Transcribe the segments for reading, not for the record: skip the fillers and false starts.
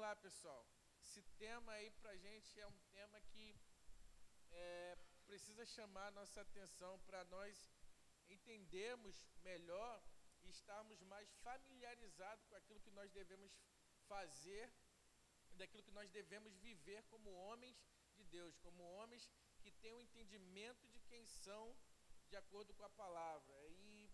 lá, pessoal. Esse tema aí pra gente é um tema que precisa chamar a nossa atenção para nós entendermos melhor e estarmos mais familiarizados com aquilo que nós devemos fazer, daquilo que nós devemos viver como homens de Deus, como homens que têm um entendimento de quem são de acordo com a palavra. E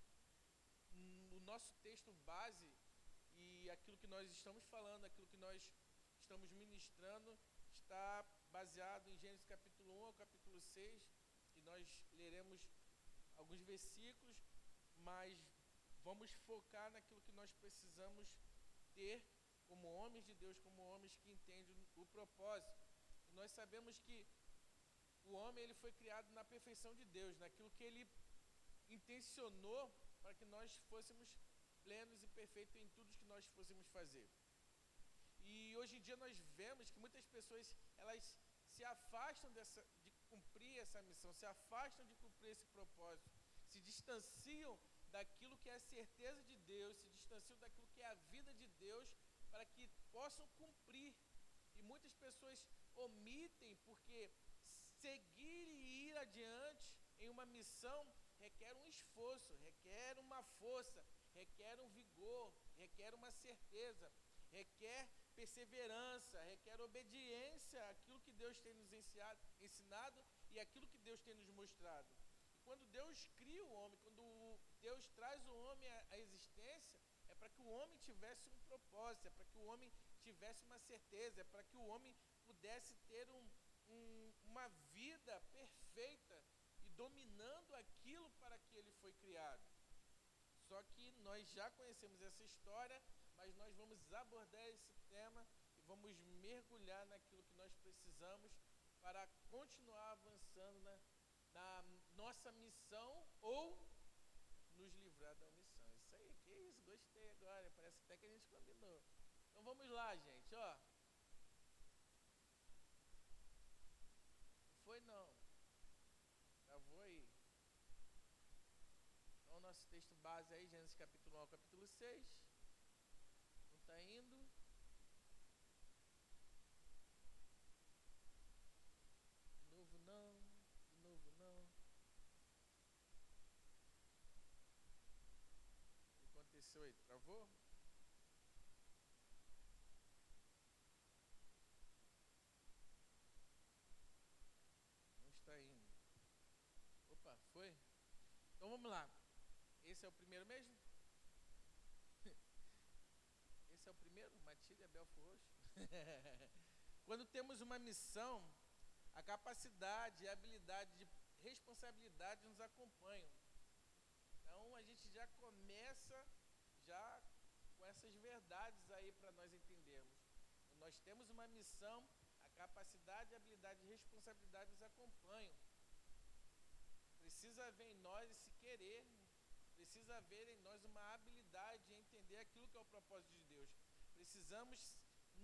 o nosso texto base e aquilo que nós estamos falando, aquilo que nós estamos ministrando, está baseado em Gênesis capítulo 1 ao capítulo 6, e nós leremos alguns versículos, mas vamos focar naquilo que nós precisamos ter como homens de Deus, como homens que entendem o propósito. E nós sabemos que o homem ele foi criado na perfeição de Deus, naquilo que ele intencionou para que nós fôssemos plenos e perfeitos em tudo que nós fôssemos fazer. E hoje em dia nós vemos que muitas pessoas elas se afastam de cumprir essa missão, se afastam de cumprir esse propósito, se distanciam daquilo que é a certeza de Deus, se distanciam daquilo que é a vida de Deus, para que possam cumprir. E muitas pessoas omitem, porque seguir e ir adiante em uma missão requer um esforço, requer uma força, requer um vigor, requer uma certeza, requer perseverança, requer obediência àquilo que Deus tem nos ensinado e àquilo que Deus tem nos mostrado. E quando Deus cria o homem, quando Deus traz o homem à existência, é para que o homem tivesse um propósito, é para que o homem tivesse uma certeza, é para que o homem pudesse ter uma vida perfeita e dominando aquilo para que ele foi criado. Só que nós já conhecemos essa história, mas nós vamos abordar esse tema e vamos mergulhar naquilo que nós precisamos para continuar avançando na nossa missão ou nos livrar da omissão. Isso aí, que isso, gostei agora, parece até que a gente combinou. Então vamos lá, gente, ó. Não foi não. Travou aí. Então o nosso texto base aí, Gênesis capítulo 1 ao capítulo 6. Não está indo. De novo não. De novo não. O que aconteceu aí? Travou? Não está indo. Opa, foi? Então vamos lá. Esse é o primeiro mesmo? Esse é o primeiro? Matilha Belfo Roxo? Quando temos uma missão, a capacidade, a habilidade de responsabilidade nos acompanham. Então a gente já começa já com essas verdades aí para nós entendermos. Quando nós temos uma missão, a capacidade, a habilidade e responsabilidade nos acompanham. Precisa haver em nós esse querer, precisa haver em nós uma habilidade de entender aquilo que é o propósito de Deus. Precisamos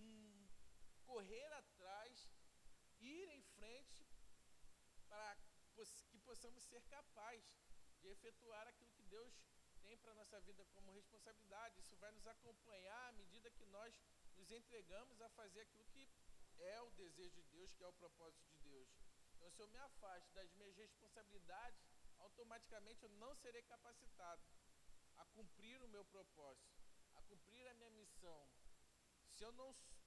correr atrás, ir em frente, para que possamos ser capazes de efetuar aquilo que Deus tem para a nossa vida como responsabilidade. Isso vai nos acompanhar à medida que nós nos entregamos a fazer aquilo que é o desejo de Deus, que é o propósito de Deus. Então, se eu me afasto das minhas responsabilidades, automaticamente eu não serei capacitado a cumprir o meu propósito, a cumprir a minha missão. Se eu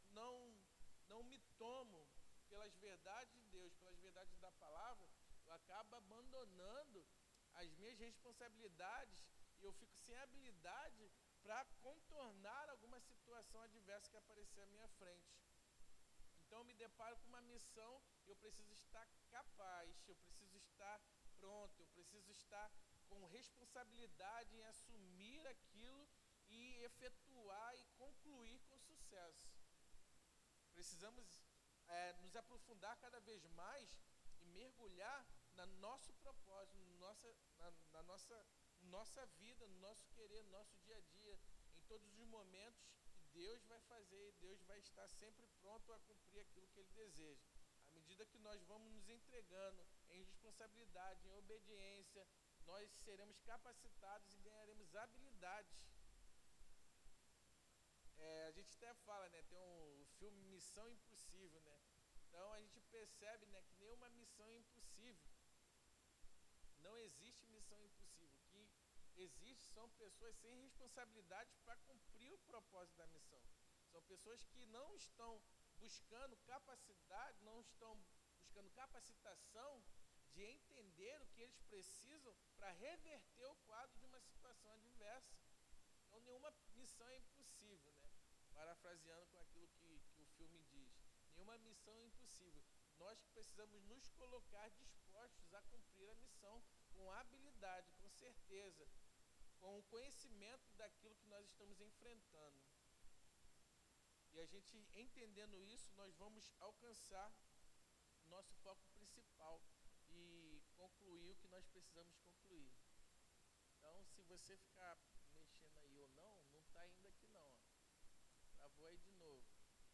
não me tomo pelas verdades de Deus, pelas verdades da palavra, eu acabo abandonando as minhas responsabilidades e eu fico sem habilidade para contornar alguma situação adversa que aparecer à minha frente. Então eu me deparo com uma missão e eu preciso estar capaz, eu preciso estar pronto, eu preciso estar com responsabilidade em assumir aquilo e efetuar e concluir com sucesso. Precisamos nos aprofundar cada vez mais e mergulhar no nosso propósito, na nossa vida, no nosso querer, no nosso dia a dia, em todos os momentos que Deus vai fazer, e Deus vai estar sempre pronto a cumprir aquilo que Ele deseja. À medida que nós vamos nos entregando em responsabilidade, em obediência, nós seremos capacitados e ganharemos habilidades a gente até fala, né, tem o filme Missão Impossível, né? Então a gente percebe, né, que nenhuma missão é impossível. Não existe missão impossível. O que existe são pessoas sem responsabilidade para cumprir o propósito da missão. São pessoas que não estão buscando capacidade, não estão buscando capacitação de entender o que eles precisam para reverter o quadro de uma situação adversa. Então nenhuma missão é impossível, né? Parafraseando com aquilo que o filme diz. Nenhuma missão é impossível. Nós que precisamos nos colocar dispostos a cumprir a missão com habilidade, com certeza, com o conhecimento daquilo que nós estamos enfrentando. E a gente entendendo isso, nós vamos alcançar nosso foco principal e concluir o que nós precisamos concluir. Então, se você ficar mexendo aí ou não, não está ainda aqui não. Ó. Travou aí de novo.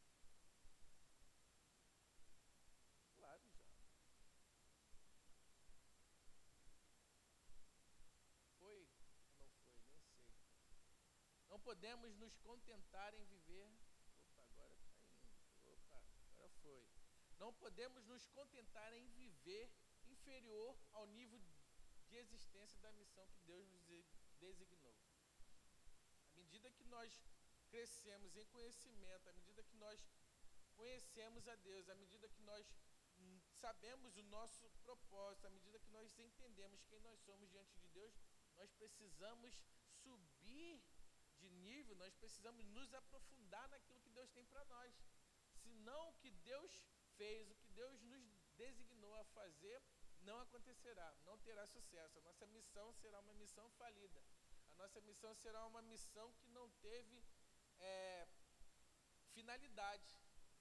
Claro, já. Foi ou não foi? Nem sei. Não podemos nos contentar em viver. Opa, agora está indo. Opa, agora foi. Não podemos nos contentar em viver inferior ao nível de existência da missão que Deus nos designou. À medida que nós crescemos em conhecimento, à medida que nós conhecemos a Deus, à medida que nós sabemos o nosso propósito, à medida que nós entendemos quem nós somos diante de Deus, nós precisamos subir de nível, nós precisamos nos aprofundar naquilo que Deus tem para nós. Senão o que Deus fez, o que Deus nos designou a fazer, não acontecerá, não terá sucesso. A nossa missão será uma missão falida. A nossa missão será uma missão que não teve finalidade.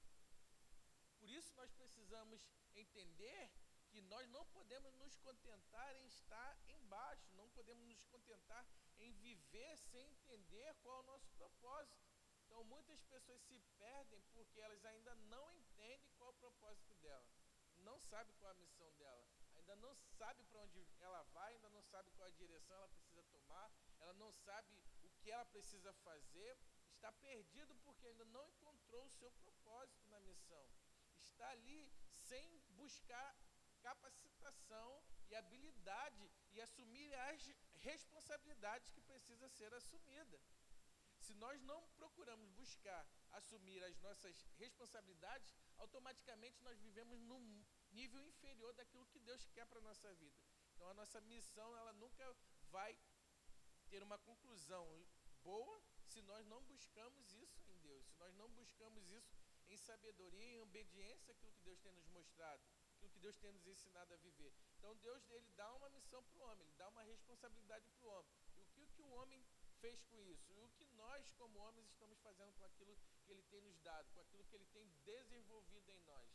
Por isso nós precisamos entender que nós não podemos nos contentar em estar embaixo, não podemos nos contentar em viver sem entender qual é o nosso propósito. Então muitas pessoas se perdem porque elas ainda não entendem qual é o propósito dela, não sabem qual é a missão dela, ainda não sabe para onde ela vai, ainda não sabe qual é a direção ela precisa tomar, ela não sabe o que ela precisa fazer, está perdido porque ainda não encontrou o seu propósito na missão. Está ali sem buscar capacitação e habilidade e assumir as responsabilidades que precisa ser assumida. Se nós não procuramos buscar assumir as nossas responsabilidades, automaticamente nós vivemos num nível inferior daquilo que Deus quer para a nossa vida. Então a nossa missão ela nunca vai ter uma conclusão boa se nós não buscamos isso em Deus, se nós não buscamos isso em sabedoria e em obediência àquilo que Deus tem nos mostrado, aquilo que Deus tem nos ensinado a viver. Então Deus ele dá uma missão para o homem, ele dá uma responsabilidade para o homem. E o que o homem fez com isso? E o que nós como homens estamos fazendo com aquilo que ele tem nos dado, com aquilo que ele tem desenvolvido em nós?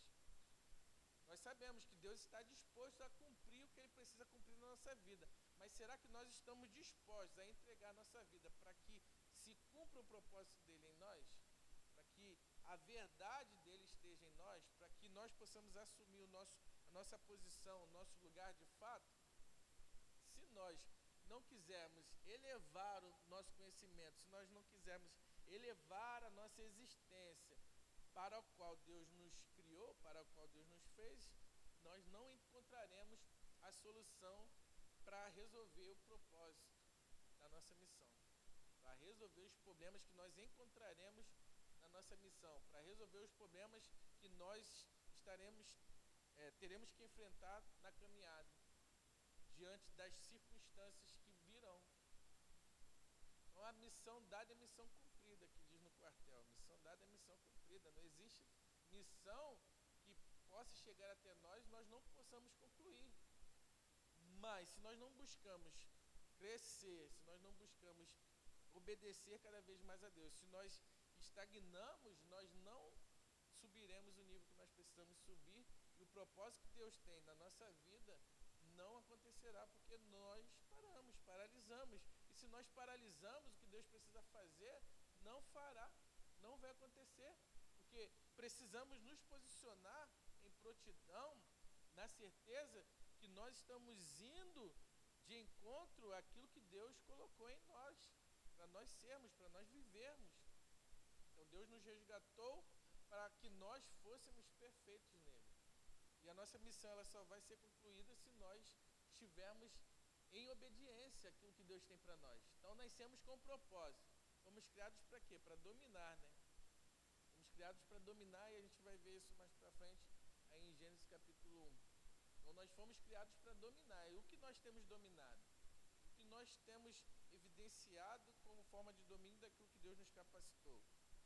Nós sabemos que Deus está disposto a cumprir o que ele precisa cumprir na nossa vida, mas será que nós estamos dispostos a entregar a nossa vida para que se cumpra o propósito dele em nós? Para que a verdade dele esteja em nós, para que nós possamos assumir a nossa posição, o nosso lugar de fato? Se nós não quisermos elevar o nosso conhecimento, se nós não quisermos elevar a nossa existência para o qual Deus nos criou, para o qual Deus nos fez, nós não encontraremos a solução para resolver o propósito da nossa missão, para resolver os problemas que nós encontraremos na nossa missão, para resolver os problemas que nós teremos que enfrentar na caminhada, diante das circunstâncias que virão. Então a missão dada é missão cumprida, que diz no quartel. Missão dada é missão cumprida. Não existe missão que possa chegar até nós não possamos concluir. Mas se nós não buscamos crescer, se nós não buscamos obedecer cada vez mais a Deus, se nós estagnamos, nós não subiremos o nível que nós precisamos subir, e o propósito que Deus tem na nossa vida não acontecerá porque nós paralisamos. E se nós paralisamos o que Deus precisa fazer, não fará, não vai acontecer, porque precisamos nos posicionar em prontidão, na certeza que nós estamos indo de encontro àquilo que Deus colocou em nós, para nós sermos, para nós vivermos. Deus nos resgatou para que nós fôssemos perfeitos nele. E a nossa missão ela só vai ser concluída se nós estivermos em obediência àquilo que Deus tem para nós. Então nascemos com um propósito. Fomos criados para quê? Para dominar, né? Fomos criados para dominar e a gente vai ver isso mais para frente aí em Gênesis capítulo 1. Então nós fomos criados para dominar. E o que nós temos dominado? O que nós temos evidenciado como forma de domínio daquilo que Deus nos capacitou?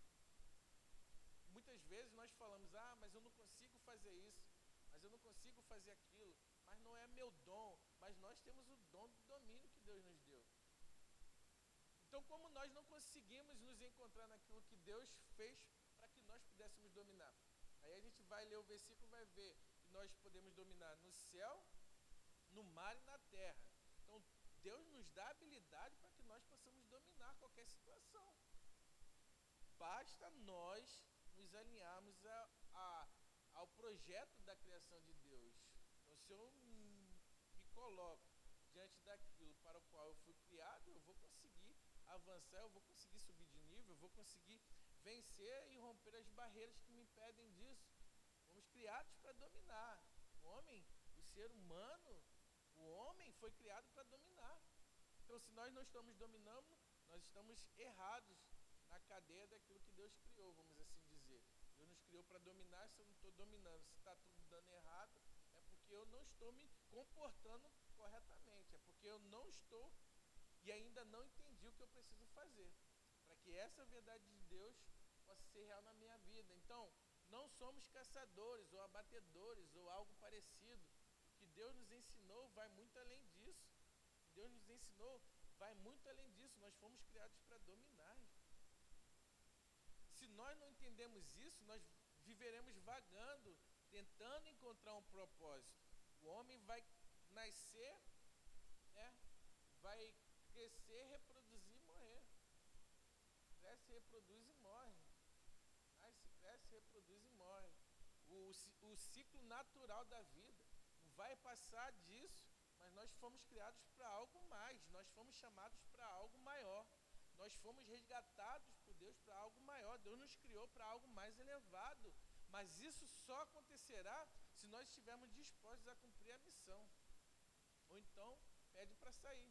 Muitas vezes nós falamos, mas eu não consigo fazer isso, mas eu não consigo fazer aquilo, mas não é meu dom, mas nós temos o dom do domínio que Deus nos deu. Então, como nós não conseguimos nos encontrar naquilo que Deus fez para que nós pudéssemos dominar? Aí a gente vai ler o versículo e vai ver que nós podemos dominar no céu, no mar e na terra. Então, Deus nos dá habilidade para que nós possamos dominar qualquer situação. Basta nós nos alinharmos ao projeto da criação de Deus. Então, se eu me coloco diante daquilo para o qual eu fui criado, eu vou conseguir avançar, eu vou conseguir subir de nível, eu vou conseguir vencer e romper as barreiras que me impedem disso. Fomos criados para dominar. O homem, o ser humano, o homem foi criado para dominar. Então, se nós não estamos dominando, nós estamos errados na cadeia daquilo que Deus criou, vamos assim dizer. Deus nos criou para dominar. Se eu não estou dominando, se está tudo dando errado, é porque eu não estou me comportando corretamente, é porque eu não estou e ainda não entendi o que eu preciso fazer para que essa verdade de Deus possa ser real na minha vida. Então, não somos caçadores ou abatedores ou algo parecido. O que Deus nos ensinou vai muito além disso. O que Deus nos ensinou vai muito além disso. Nós fomos criados para dominar. Se nós não entendemos isso, nós viveremos vagando, tentando encontrar um propósito. O homem vai nascer, né? Vai crescer, reproduzir e morrer. Cresce, reproduz e morre. Nasce, cresce, reproduz e morre. O ciclo natural da vida. Não vai passar disso, mas nós fomos criados para algo mais. Nós fomos chamados para algo maior. Nós fomos resgatados por Deus para algo maior. Deus nos criou para algo mais elevado. Mas isso só acontecerá se nós estivermos dispostos a cumprir a missão. Ou então, pede para sair.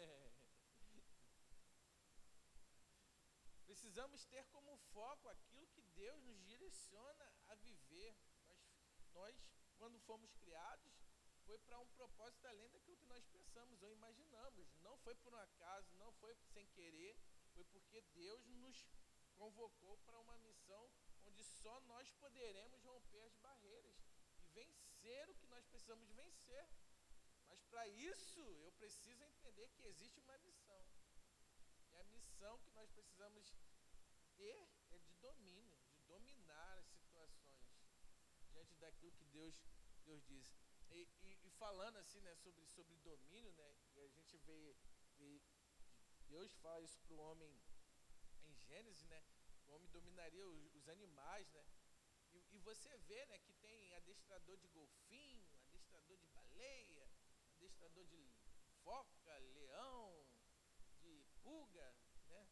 Precisamos ter como foco aquilo que Deus nos direciona a viver. Nós, quando fomos criados, foi para um propósito além daquilo que nós pensamos ou imaginamos. Não foi por um acaso, não foi sem querer, foi porque Deus nos convocou para uma missão onde só nós poderemos romper as barreiras e vencer o que nós precisamos vencer. Mas para isso eu preciso entender que existe uma missão. E a missão que nós precisamos ter é de domínio, de dominar as situações diante daquilo que Deus diz. E falando assim, né, sobre domínio, né, e a gente vê Deus fala isso para o homem em Gênesis, né, o homem dominaria os animais, né, e você vê, né, que tem adestrador de golfinho, adestrador de baleia, adestrador de foca, leão, de pulga, né,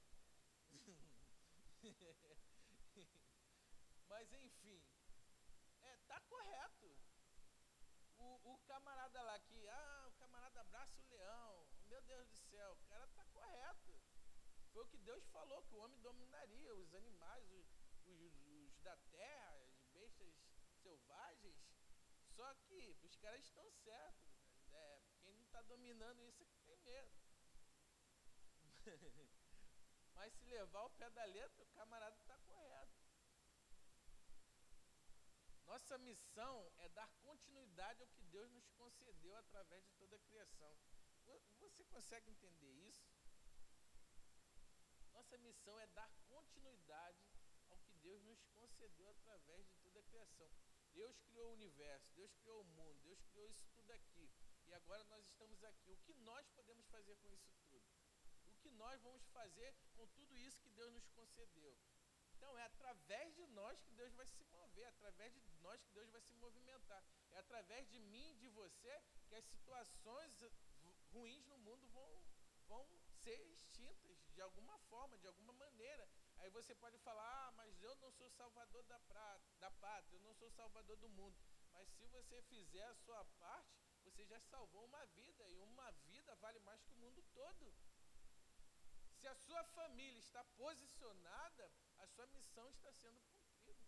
mas enfim, tá correto. O camarada lá que, o camarada abraça o leão, meu Deus do céu, o cara tá correto. Foi o que Deus falou, que o homem dominaria os animais, os da terra, as bestas selvagens. Só que os caras estão certos. Quem não está dominando isso é que tem medo. Mas se levar ao pé da letra, o camarada está correto. Nossa missão é dar continuidade ao que Deus nos concedeu através de toda a criação. Você consegue entender isso? Nossa missão é dar continuidade ao que Deus nos concedeu através de toda a criação. Deus criou o universo, Deus criou o mundo, Deus criou isso tudo aqui. E agora nós estamos aqui. O que nós podemos fazer com isso tudo? O que nós vamos fazer com tudo isso que Deus nos concedeu? Então, é através de nós que Deus vai se mover, é através de nós que Deus vai se movimentar. É através de mim e de você que as situações ruins no mundo vão ser extintas de alguma forma, de alguma maneira. Aí você pode falar, mas eu não sou salvador da pátria, eu não sou salvador do mundo. Mas se você fizer a sua parte, você já salvou uma vida, e uma vida vale mais que o mundo todo. Se a sua família está posicionada, a sua missão está sendo cumprida.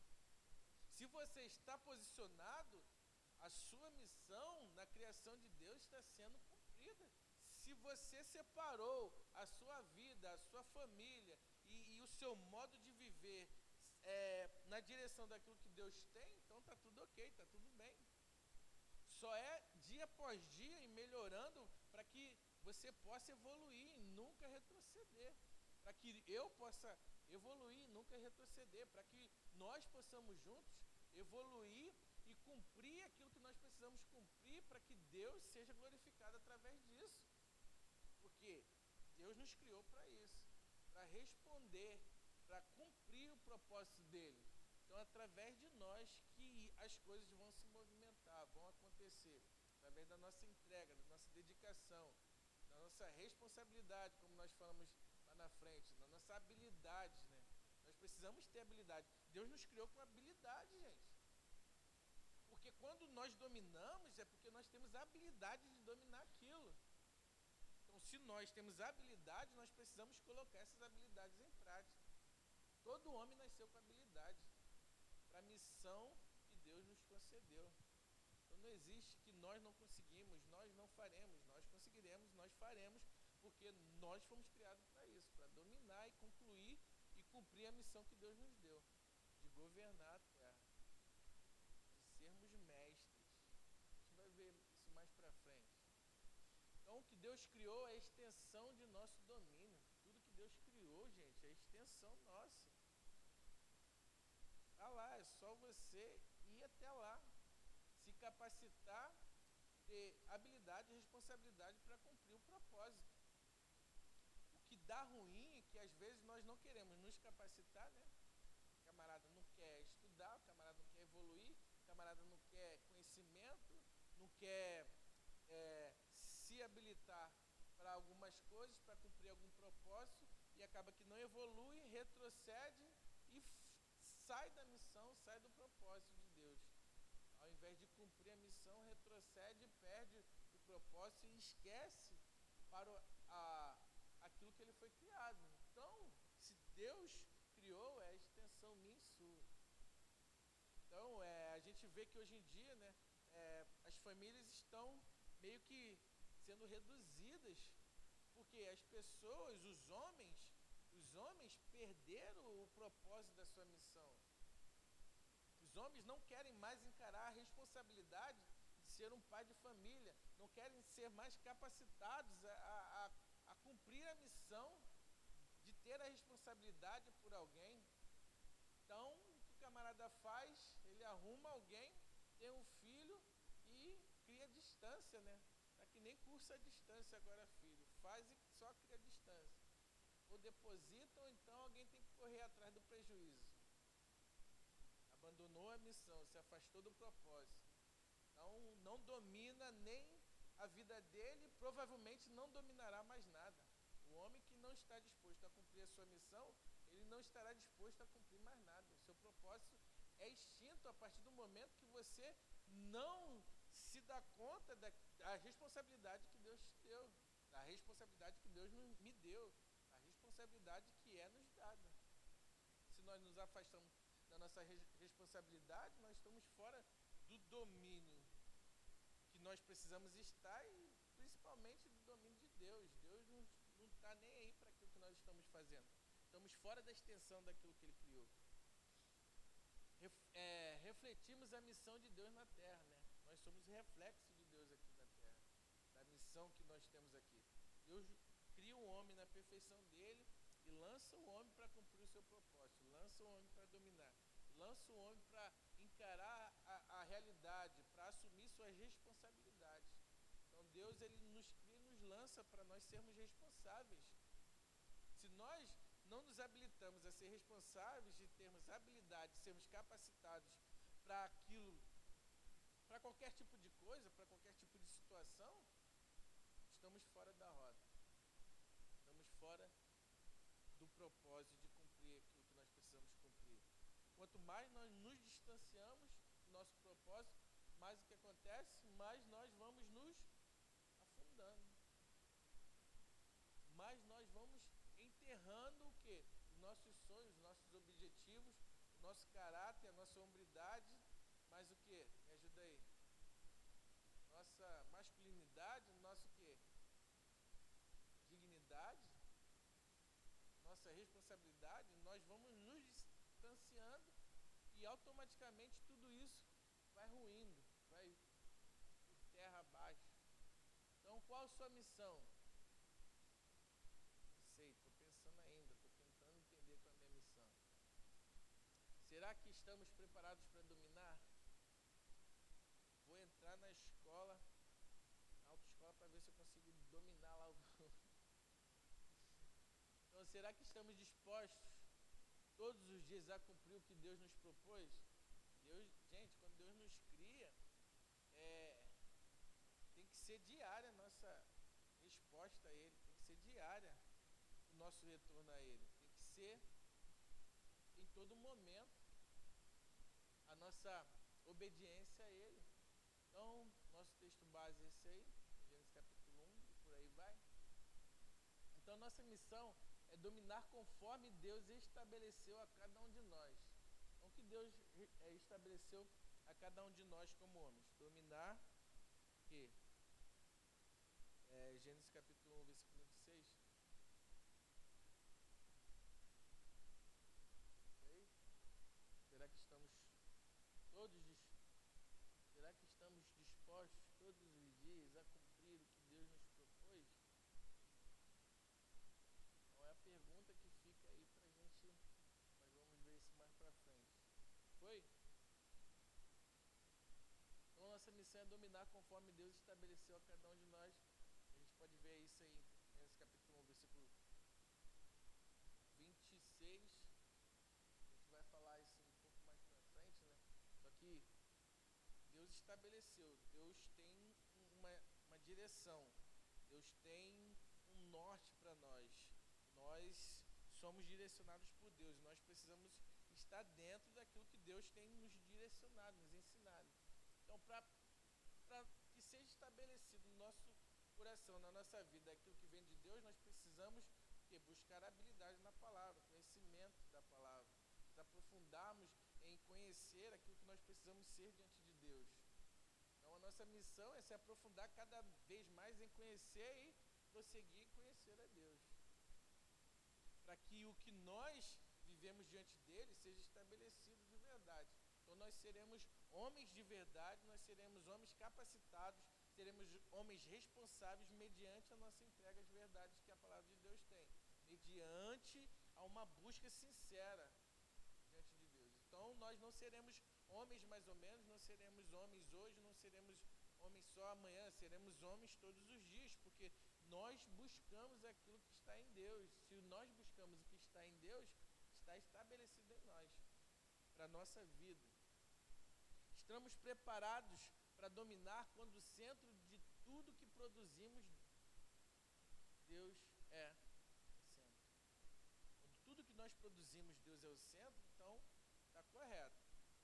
Se você está posicionado, a sua missão na criação de Deus está sendo cumprida. Se você separou a sua vida, a sua família e o seu modo de viver na direção daquilo que Deus tem, então está tudo ok, está tudo bem. Só é dia após dia e melhorando para que você possa evoluir e nunca retroceder. Para que eu possa evoluir e nunca retroceder. Para que nós possamos juntos evoluir e cumprir aquilo que nós precisamos cumprir para que Deus seja glorificado através disso. Porque Deus nos criou para isso, para responder, para cumprir o propósito dele. Então, através de nós que as coisas vão se movimentar, vão acontecer, através da nossa entrega, da nossa dedicação, da nossa responsabilidade, como nós falamos lá na frente, da nossa habilidade, né? Nós precisamos ter habilidade. Deus nos criou com habilidade, gente. Porque quando nós dominamos, é porque nós temos a habilidade de dominar aquilo. Então, se nós temos habilidade, nós precisamos colocar essas habilidades em prática. Todo homem nasceu com habilidade para a missão que Deus nos concedeu. Então, não existe que nós não conseguimos, nós não faremos, nós conseguiremos, nós faremos, porque nós fomos criados para isso, para dominar e concluir e cumprir a missão que Deus nos deu, de governar a terra, de sermos mestres. A gente vai ver isso mais para frente. Então, o que Deus criou é a extensão de nosso domínio. Tudo que Deus criou, gente, é a extensão nossa. Está lá, é só você ir até lá, se capacitar, ter habilidade e responsabilidade para cumprir o propósito. O que dá ruim é que às vezes nós não queremos nos capacitar, né? O camarada não quer estudar, o camarada não quer evoluir, o camarada não quer conhecimento, não quer se habilitar para algumas coisas, para cumprir algum propósito, e acaba que não evolui, retrocede e sai da missão, sai do propósito de Deus. Ao invés de cumprir a missão, retrocede, perde o propósito e esquece para aquilo que ele foi criado. Então, se Deus criou, é a extensão minha e sua. Então, a gente vê que hoje em dia, né, as famílias estão meio que sendo reduzidas, porque as pessoas, os homens perderam o propósito da sua missão. Os homens não querem mais encarar a responsabilidade de ser um pai de família, não querem ser mais capacitados a cumprir a missão de ter a responsabilidade por alguém. Então, o que o camarada faz? Ele arruma alguém, tem um filho e cria distância, né? Tá que nem cursa a distância agora, filho. Faz e só cria distância. Ou deposita, ou então alguém tem que correr atrás do prejuízo. Abandonou a missão, se afastou do propósito. Então, não domina nem a vida dele, provavelmente não dominará mais nada. O homem que não está disposto a cumprir a sua missão, ele não estará disposto a cumprir mais nada. O seu propósito é extinto a partir do momento que você não se dá conta da responsabilidade que Deus te deu, da responsabilidade que Deus me deu, a responsabilidade que é nos dada. Se nós nos afastamos da nossa responsabilidade, nós estamos fora do domínio que nós precisamos estar e principalmente do domínio de Deus. Deus não está nem aí para aquilo que nós estamos fazendo. Estamos fora da extensão daquilo que Ele criou. Refletimos a missão de Deus na Terra, né? Nós somos reflexo de Deus aqui na Terra, da missão que nós temos aqui. Deus cria um homem na perfeição dele e lança o homem para cumprir o seu propósito, lança o homem para dominar, lança o homem para encarar a realidade, para assumir suas responsabilidades. Então Deus, ele nos cria e nos lança para nós sermos responsáveis. Se nós não nos habilitamos a ser responsáveis, de termos habilidade, de sermos capacitados para aquilo, para qualquer tipo de coisa, para qualquer tipo de situação, estamos fora da rota. Estamos fora do propósito de cumprir distanciamos do nosso propósito, mais o que acontece? Mais nós vamos nos afundando. Mais nós vamos enterrando o quê? Os nossos sonhos, os nossos objetivos, o nosso caráter, a nossa hombridade, mas o quê? Me ajuda aí. Nossa masculinidade, nosso o quê? Dignidade, nossa responsabilidade, nós vamos nos distanciando e automaticamente tudo isso vai ruindo, vai por terra abaixo. Então, qual a sua missão? Não sei, estou pensando ainda, estou tentando entender qual é a minha missão. Será que estamos preparados para dominar? Vou entrar na escola, na autoescola, para ver se eu consigo dominar lá o... Então, será que estamos dispostos todos os dias a cumprir o que Deus nos propôs? Deus, gente, quando Deus nos cria, tem que ser diária a nossa resposta a Ele, tem que ser diária o nosso retorno a Ele, tem que ser em todo momento a nossa obediência a Ele. Então, nosso texto base é esse aí, Gênesis capítulo 1, e por aí vai. Então, nossa missão é dominar conforme Deus estabeleceu a cada um de nós. Então, o que Deus estabeleceu a cada um de nós como homens? Dominar, que Gênesis capítulo 1, versículo 26. Okay? Será que estamos dispostos todos os dias a cumprir o que Deus nos propôs? Então é a pergunta que fica aí pra gente, mas vamos ver isso mais pra frente. Foi? Então nossa missão é dominar conforme Deus estabeleceu a cada um de nós. A gente pode ver isso aí nesse capítulo 1, versículo 26. A gente vai falar isso um pouco mais pra frente, né? Só que Deus estabeleceu, Deus tem uma direção, Deus tem um norte para nós. Nós somos direcionados por Deus, nós precisamos estar dentro daquilo que Deus tem nos direcionado, nos ensinado. Então, para que seja estabelecido no nosso coração, na nossa vida, aquilo que vem de Deus, nós precisamos buscar habilidade na palavra, conhecimento da palavra, nos aprofundarmos em conhecer aquilo que nós precisamos ser diante de Deus. Então, a nossa missão é se aprofundar cada vez mais em conhecer e prosseguir em conhecer a Deus, para que o que nós vivemos diante dele seja estabelecido de verdade. Então nós seremos homens de verdade, nós seremos homens capacitados, seremos homens responsáveis mediante a nossa entrega às verdades que a palavra de Deus tem, mediante a uma busca sincera diante de Deus. Então nós não seremos homens mais ou menos, não seremos homens hoje, não seremos homens só amanhã, seremos homens todos os dias, porque nós buscamos aquilo que está em Deus. Se nós buscamos o que está em Deus, está estabelecido em nós, para a nossa vida. Estamos preparados para dominar quando o centro de tudo que produzimos, Deus é o centro. Quando tudo que nós produzimos, Deus é o centro, então está correto.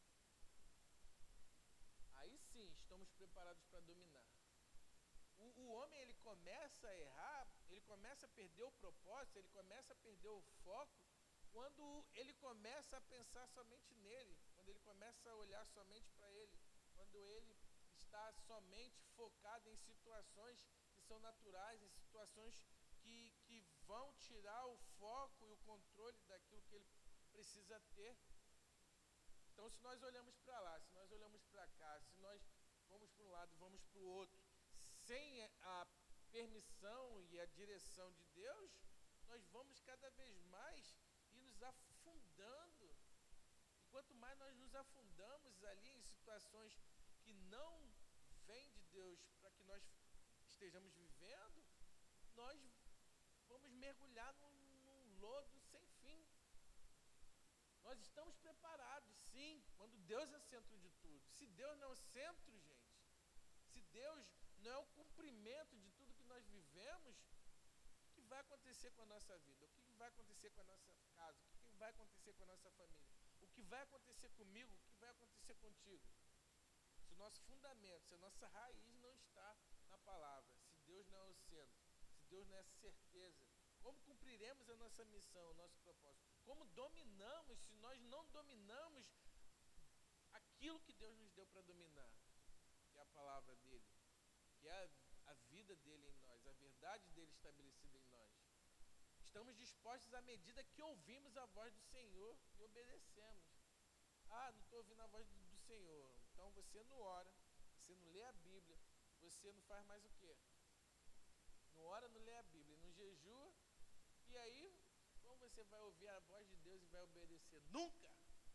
Aí sim, estamos preparados para dominar. O homem, ele começa a errar, ele começa a perder o propósito, ele começa a perder o foco, quando ele começa a pensar somente nele, quando ele começa a olhar somente para ele, quando ele está somente focado em situações que são naturais, em situações que vão tirar o foco e o controle daquilo que ele precisa ter. Então, se nós olhamos para lá, se nós olhamos para cá, se nós vamos para um lado e vamos para o outro, sem a permissão e a direção de Deus, nós vamos cada vez mais ir nos afundando. E quanto mais nós nos afundamos ali em situações que não vêm de Deus para que nós estejamos vivendo, nós vamos mergulhar num lodo sem fim. Nós estamos preparados, sim, quando Deus é o centro de tudo. Se Deus não é o centro, gente, se Deus não é o cumprimento de tudo que nós vivemos, o que vai acontecer com a nossa vida? O que vai acontecer com a nossa casa? O que vai acontecer com a nossa família? O que vai acontecer comigo, o que vai acontecer contigo? Se o nosso fundamento, se a nossa raiz não está na palavra, se Deus não é o centro, se Deus não é a certeza, como cumpriremos a nossa missão, o nosso propósito? Como dominamos, se nós não dominamos aquilo que Deus nos deu para dominar, que é a palavra dele, que é a vida dele em nós, a verdade dele estabelecida em nós. Estamos dispostos à medida que ouvimos a voz do Senhor e obedecemos. Ah, não estou ouvindo a voz do Senhor. Então você não ora, você não lê a Bíblia, você não faz mais o quê? Não ora, não lê a Bíblia, não jejua, e aí, como você vai ouvir a voz de Deus e vai obedecer? Nunca!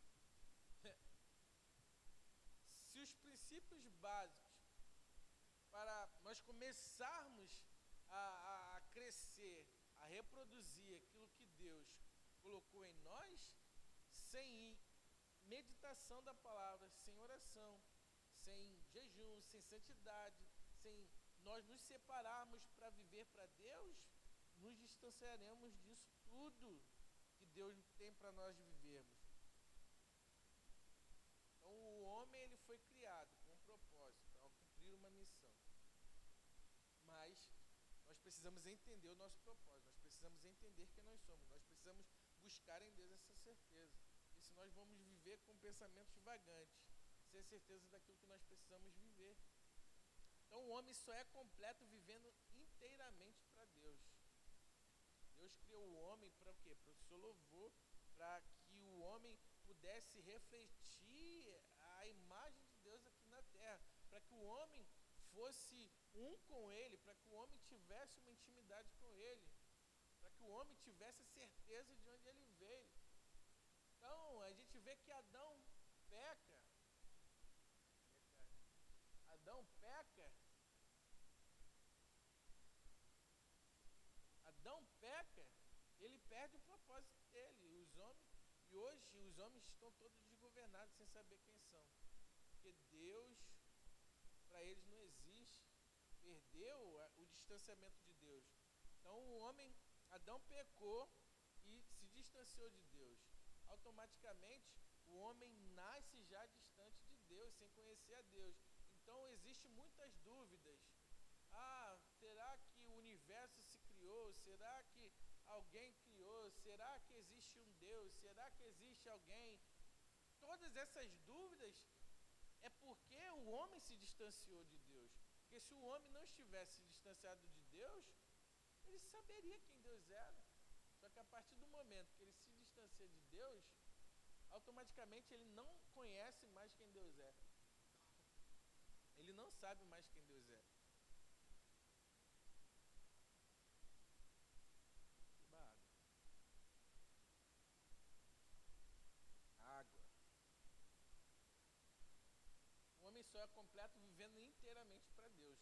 Se os princípios básicos para nós começarmos a crescer, a reproduzir aquilo que Deus colocou em nós, sem meditação da palavra, sem oração, sem jejum, sem santidade, sem nós nos separarmos para viver para Deus, nos distanciaremos disso tudo que Deus tem para nós vivermos. Então o homem ele foi criado com um propósito, para cumprir uma missão. Mas nós precisamos entender o nosso propósito, nós precisamos entender quem nós somos, nós precisamos buscar em Deus essa certeza. E se nós vamos viver com pensamentos vagantes, sem certeza daquilo que nós precisamos viver. Então o homem só é completo vivendo inteiramente para Deus. Deus criou o homem para o quê? Para o seu louvor, para que o homem pudesse refletir a imagem de Deus aqui na terra, para que o homem fosse um com ele, para que o homem tivesse uma intimidade com ele, para que o homem tivesse a certeza de onde ele veio. Então, a gente vê que Adão peca. Adão peca. Adão peca, ele perde o propósito dele. E hoje os homens estão todos desgovernados sem saber quem são. Porque Deus, para eles não existe. Perdeu o distanciamento de Deus. Então o homem, Adão pecou e se distanciou de Deus. Automaticamente o homem nasce já distante de Deus, sem conhecer a Deus. Então existem muitas dúvidas. Ah, será que o universo se criou? Será que alguém criou? Será que existe um Deus? Será que existe alguém? Todas essas dúvidas é porque o homem se distanciou de Deus. Porque se o homem não estivesse distanciado de Deus, ele saberia quem Deus era. Só que a partir do momento que ele se distancia de Deus, automaticamente ele não conhece mais quem Deus é. Ele não sabe mais quem Deus é. Água. O homem só é completo vivendo inteiramente para Deus.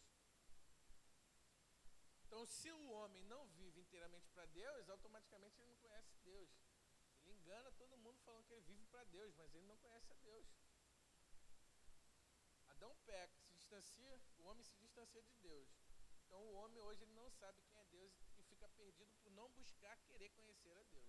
Então, se o homem não vive inteiramente para Deus, automaticamente ele não conhece Deus. Ele engana todo mundo falando que ele vive para Deus, mas ele não conhece a Deus. Adão peca, se distancia, o homem se distancia de Deus. Então o homem hoje ele não sabe quem é Deus e fica perdido por não buscar querer conhecer a Deus.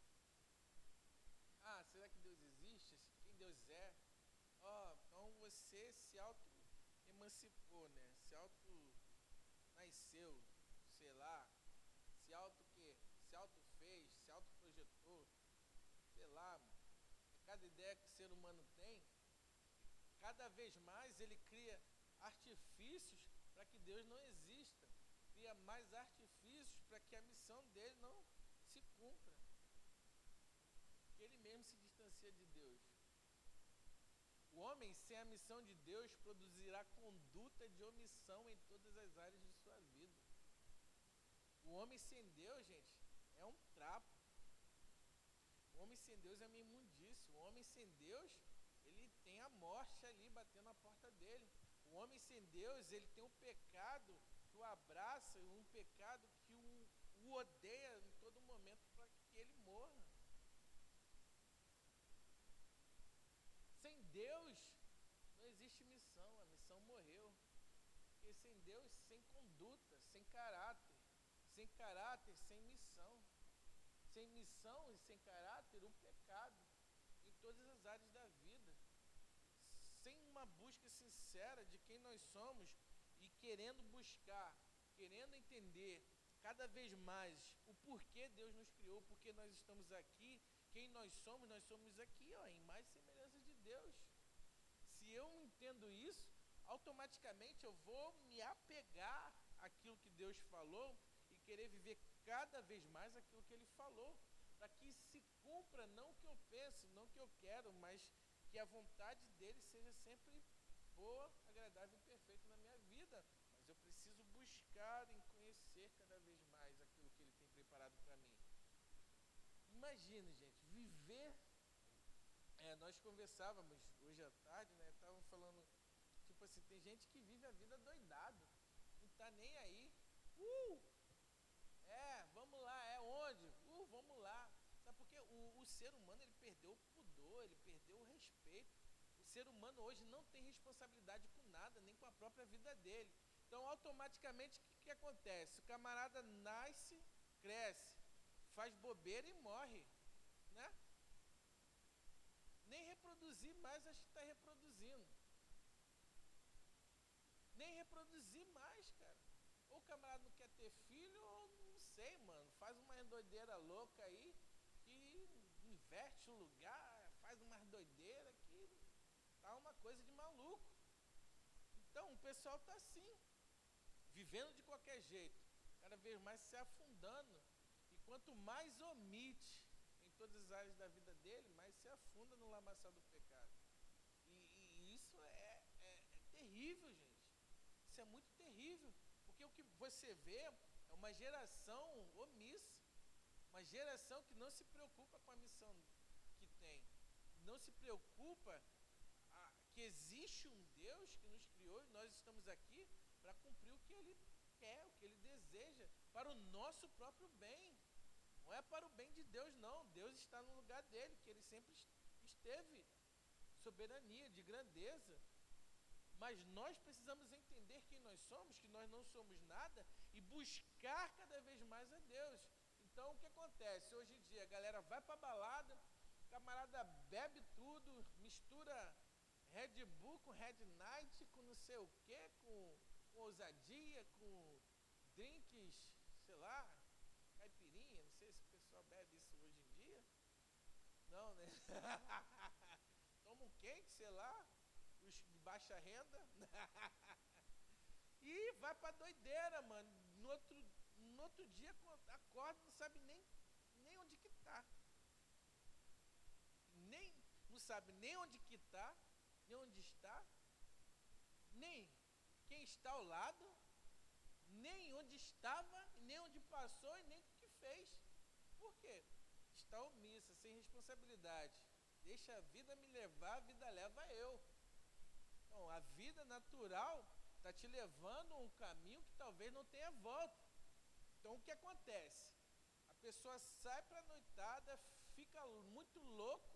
Ah, será que Deus existe? Quem Deus é? Então você se auto-emancipou, né? Se auto-nasceu, sei lá, se auto-quê? Se auto-fez, se auto-projetou, sei lá, cada ideia que o ser humano tem, cada vez mais ele cria artifícios para que Deus não exista, cria mais artifícios para que a missão dele não se cumpra, porque ele mesmo se distancia de Deus. O homem sem a missão de Deus produzirá conduta de omissão em todas as áreas de sua vida. O homem sem Deus, gente, é um trapo. O homem sem Deus é uma imundície. O homem sem Deus, ele tem a morte ali batendo na porta dele. O homem sem Deus, ele tem um pecado que o abraça, um pecado que o odeia em todo momento para que ele morra. Sem Deus, não existe missão, a missão morreu. Porque sem Deus, sem conduta, sem caráter, sem missão. Sem missão e sem caráter, um pecado. todas as áreas da vida, sem uma busca sincera de quem nós somos e querendo buscar, querendo entender cada vez mais o porquê Deus nos criou, porque nós estamos aqui, quem nós somos aqui, ó, em mais semelhança de Deus. Se eu entendo isso, automaticamente eu vou me apegar àquilo que Deus falou e querer viver cada vez mais aquilo que Ele falou, para que se cumpra não o que eu penso, não o que eu quero, mas que a vontade dEle seja sempre boa, agradável e perfeita na minha vida. Mas eu preciso buscar em conhecer cada vez mais aquilo que Ele tem preparado para mim. Imagine, gente, viver. Nós conversávamos hoje à tarde, né? Estavam falando, tipo assim, tem gente que vive a vida doidado, não tá nem aí. Vamos lá, onde? Vamos lá. Sabe por quê? O ser humano, ele perdeu o pudor, ele perdeu o respeito. O ser humano hoje não tem responsabilidade com nada, nem com a própria vida dele. Então, automaticamente, o que acontece? O camarada nasce, cresce, faz bobeira e morre, né? Nem reproduzir mais, acho que está reproduzindo. Nem reproduzir mais, cara. Ou o camarada não quer ter filho, ou não sei, mano. Faz uma doideira louca aí, que inverte o lugar, faz uma doideira que tá uma coisa de maluco. Então, o pessoal tá assim, vivendo de qualquer jeito, cada vez mais se afundando. E quanto mais omite em todas as áreas da vida dele, mais se afunda no lamaçal do pecado. E isso é terrível, gente. Isso é muito terrível, porque o que você vê é uma geração omissa, uma geração que não se preocupa com a missão que tem, não se preocupa que existe um Deus que nos criou e nós estamos aqui para cumprir o que Ele quer, o que Ele deseja, para o nosso próprio bem. Não é para o bem de Deus, não. Deus está no lugar dele, que Ele sempre esteve, soberania, de grandeza. Mas nós precisamos entender quem nós somos, que nós não somos nada, e buscar cada vez mais a Deus. Então, o que acontece? Hoje em dia, a galera vai para a balada, o camarada bebe tudo, mistura Red Bull com Red Night, com não sei o quê, com ousadia, com drinks, sei lá, caipirinha, não sei se o pessoal bebe isso hoje em dia. Não, né? Toma um quente, sei lá, os de baixa renda. E vai pra doideira, mano. No outro dia acorda, não sabe nem onde que tá. Não sabe nem onde que tá, nem onde está, nem quem está ao lado, nem onde estava, nem onde passou e nem o que fez. Por quê? Está omissa, sem responsabilidade. Deixa a vida me levar, a vida leva eu. Então, a vida natural está te levando a um caminho que talvez não tenha volta. Então, o que acontece? A pessoa sai para a noitada, fica muito louco,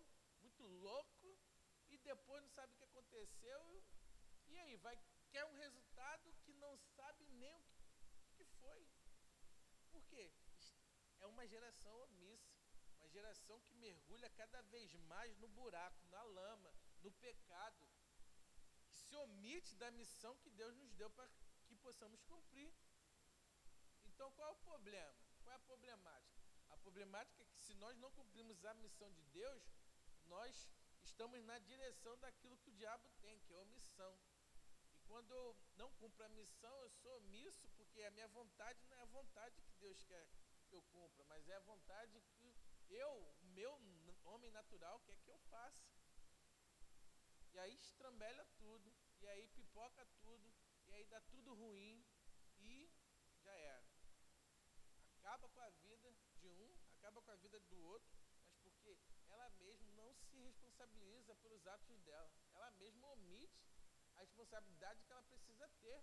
e depois não sabe o que aconteceu. E aí, quer um resultado que não sabe nem o que foi. Por quê? É uma geração omissa, uma geração que mergulha cada vez mais no buraco, na lama, no pecado, que se omite da missão que Deus nos deu para que possamos cumprir. Então, qual é o problema? Qual é a problemática? A problemática é que se nós não cumprirmos a missão de Deus, nós estamos na direção daquilo que o diabo tem, que é a omissão. E quando eu não cumpro a missão, eu sou omisso, porque a minha vontade não é a vontade que Deus quer que eu cumpra, mas é a vontade que o meu homem natural quer que eu faça. E aí estrambelha tudo, e aí pipoca tudo, e aí dá tudo ruim, e já era. Acaba com a vida de um, acaba com a vida do outro, mas porque ela mesma não se responsabiliza pelos atos dela. Ela mesma omite a responsabilidade que ela precisa ter.